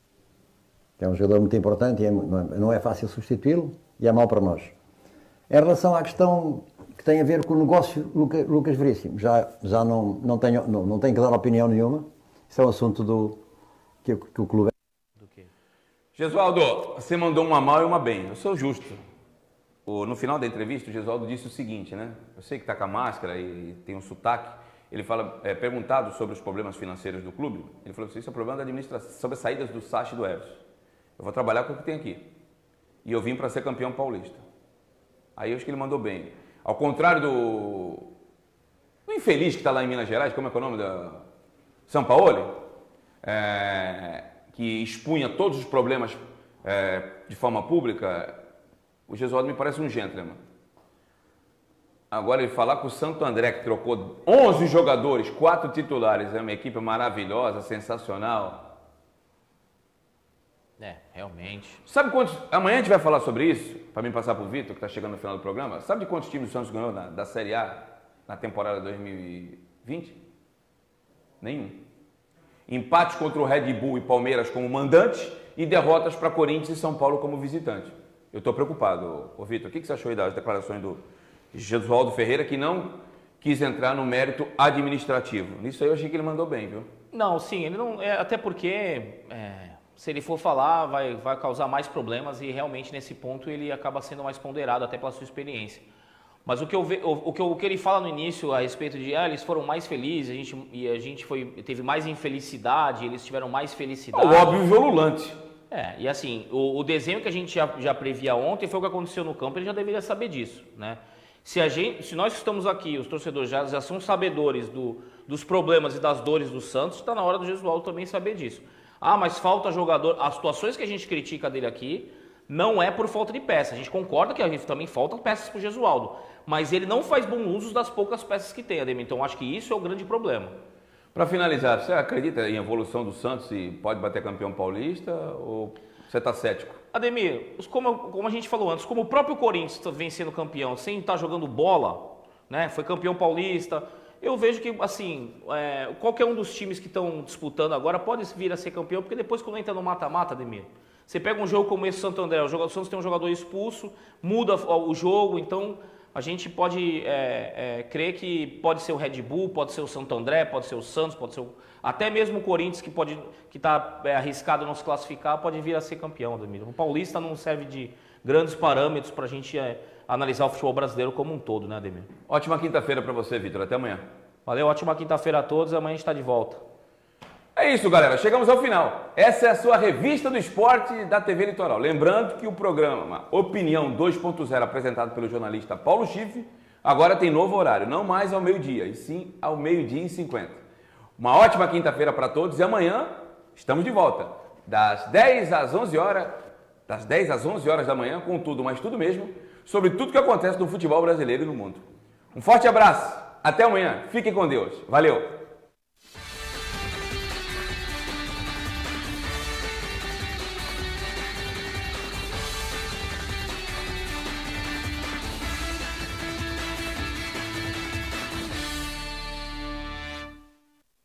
É um jogador muito importante e é, não é fácil substituí-lo e é mau para nós. Em relação à questão que tem a ver com o negócio Lucas, Lucas Veríssimo, já, já não, não, tenho, não, não tenho que dar opinião nenhuma. Isso é um assunto do, que, que o clube é. Do quê? Gesualdo, você mandou uma mal e uma bem. Eu sou justo. O, no final da entrevista, o Gesualdo disse o seguinte, né? Eu sei que está com a máscara e tem um sotaque. Ele fala, é, perguntado sobre os problemas financeiros do clube, ele falou assim, isso é problema da administração, sobre as saídas do Sacha e do Everson. Eu vou trabalhar com o que tem aqui. E eu vim para ser campeão paulista. Aí eu acho que ele mandou bem. Ao contrário do, do infeliz que está lá em Minas Gerais, como é que é o nome da... Sampaoli, é, que expunha todos os problemas é, de forma pública, o Gesualdo me parece um gentleman. Agora ele falar com o Santo André, que trocou onze jogadores, quatro titulares, é uma equipe maravilhosa, sensacional. É, realmente. Sabe quantos... Amanhã a gente vai falar sobre isso, para mim passar para o Vitor, que está chegando no final do programa. Sabe de quantos times o Santos ganhou na, da Série A na temporada dois mil e vinte? Nenhum. Empates contra o Red Bull e Palmeiras como mandante e derrotas para Corinthians e São Paulo como visitante. Eu estou preocupado, ô Vitor. O que você achou aí das declarações do Gesualdo Ferreira, que não quis entrar no mérito administrativo? Nisso aí eu achei que ele mandou bem, viu? Não, sim, ele não. É, até porque é, se ele for falar, vai, vai causar mais problemas e realmente nesse ponto ele acaba sendo mais ponderado, até pela sua experiência. Mas o que, eu ve, o, o, que eu, o que ele fala no início a respeito de ah, eles foram mais felizes, a gente, e a gente foi, teve mais infelicidade, eles tiveram mais felicidade. O óbvio violulante. É, e assim, o, o desenho que a gente já, já previa ontem foi o que aconteceu no campo, ele já deveria saber disso, né? Se, a gente, se nós que estamos aqui, os torcedores já, já são sabedores do, dos problemas e das dores do Santos, está na hora do Gesualdo também saber disso. Ah, mas falta jogador. As situações que a gente critica dele aqui não é por falta de peça. A gente concorda que a gente também faltam peças para o Gesualdo. Mas ele não faz bom uso das poucas peças que tem, Ademir. Então acho que isso é o grande problema. Para finalizar, você acredita em evolução do Santos e pode bater campeão paulista ou você está cético? Ademir, como, como a gente falou antes, como o próprio Corinthians vem sendo campeão sem estar jogando bola, né? Foi campeão paulista, eu vejo que, assim, é, qualquer um dos times que estão disputando agora pode vir a ser campeão, porque depois quando entra no mata-mata, Ademir, você pega um jogo como esse Santo André, o, jogo, o Santos tem um jogador expulso, muda o jogo, então a gente pode é, é, crer que pode ser o Red Bull, pode ser o Santo André, pode ser o Santos, pode ser o, até mesmo o Corinthians, que pode que está é, arriscado não se classificar, pode vir a ser campeão, Ademir. O Paulista não serve de grandes parâmetros para a gente é, analisar o futebol brasileiro como um todo, né, Ademir? Ótima quinta-feira para você, Vitor. Até amanhã. Valeu, ótima quinta-feira a todos. Amanhã a gente está de volta. É isso, galera. Chegamos ao final. Essa é a sua revista do esporte da T V Litoral. Lembrando que o programa Opinião dois ponto zero, apresentado pelo jornalista Paulo Schiff, agora tem novo horário. Não mais ao meio-dia, e sim ao meio-dia e cinquenta. Uma ótima quinta-feira para todos e amanhã estamos de volta. Das dez às onze horas, das dez às onze horas da manhã, com tudo, mas tudo mesmo, sobre tudo que acontece no futebol brasileiro e no mundo. Um forte abraço. Até amanhã. Fiquem com Deus. Valeu.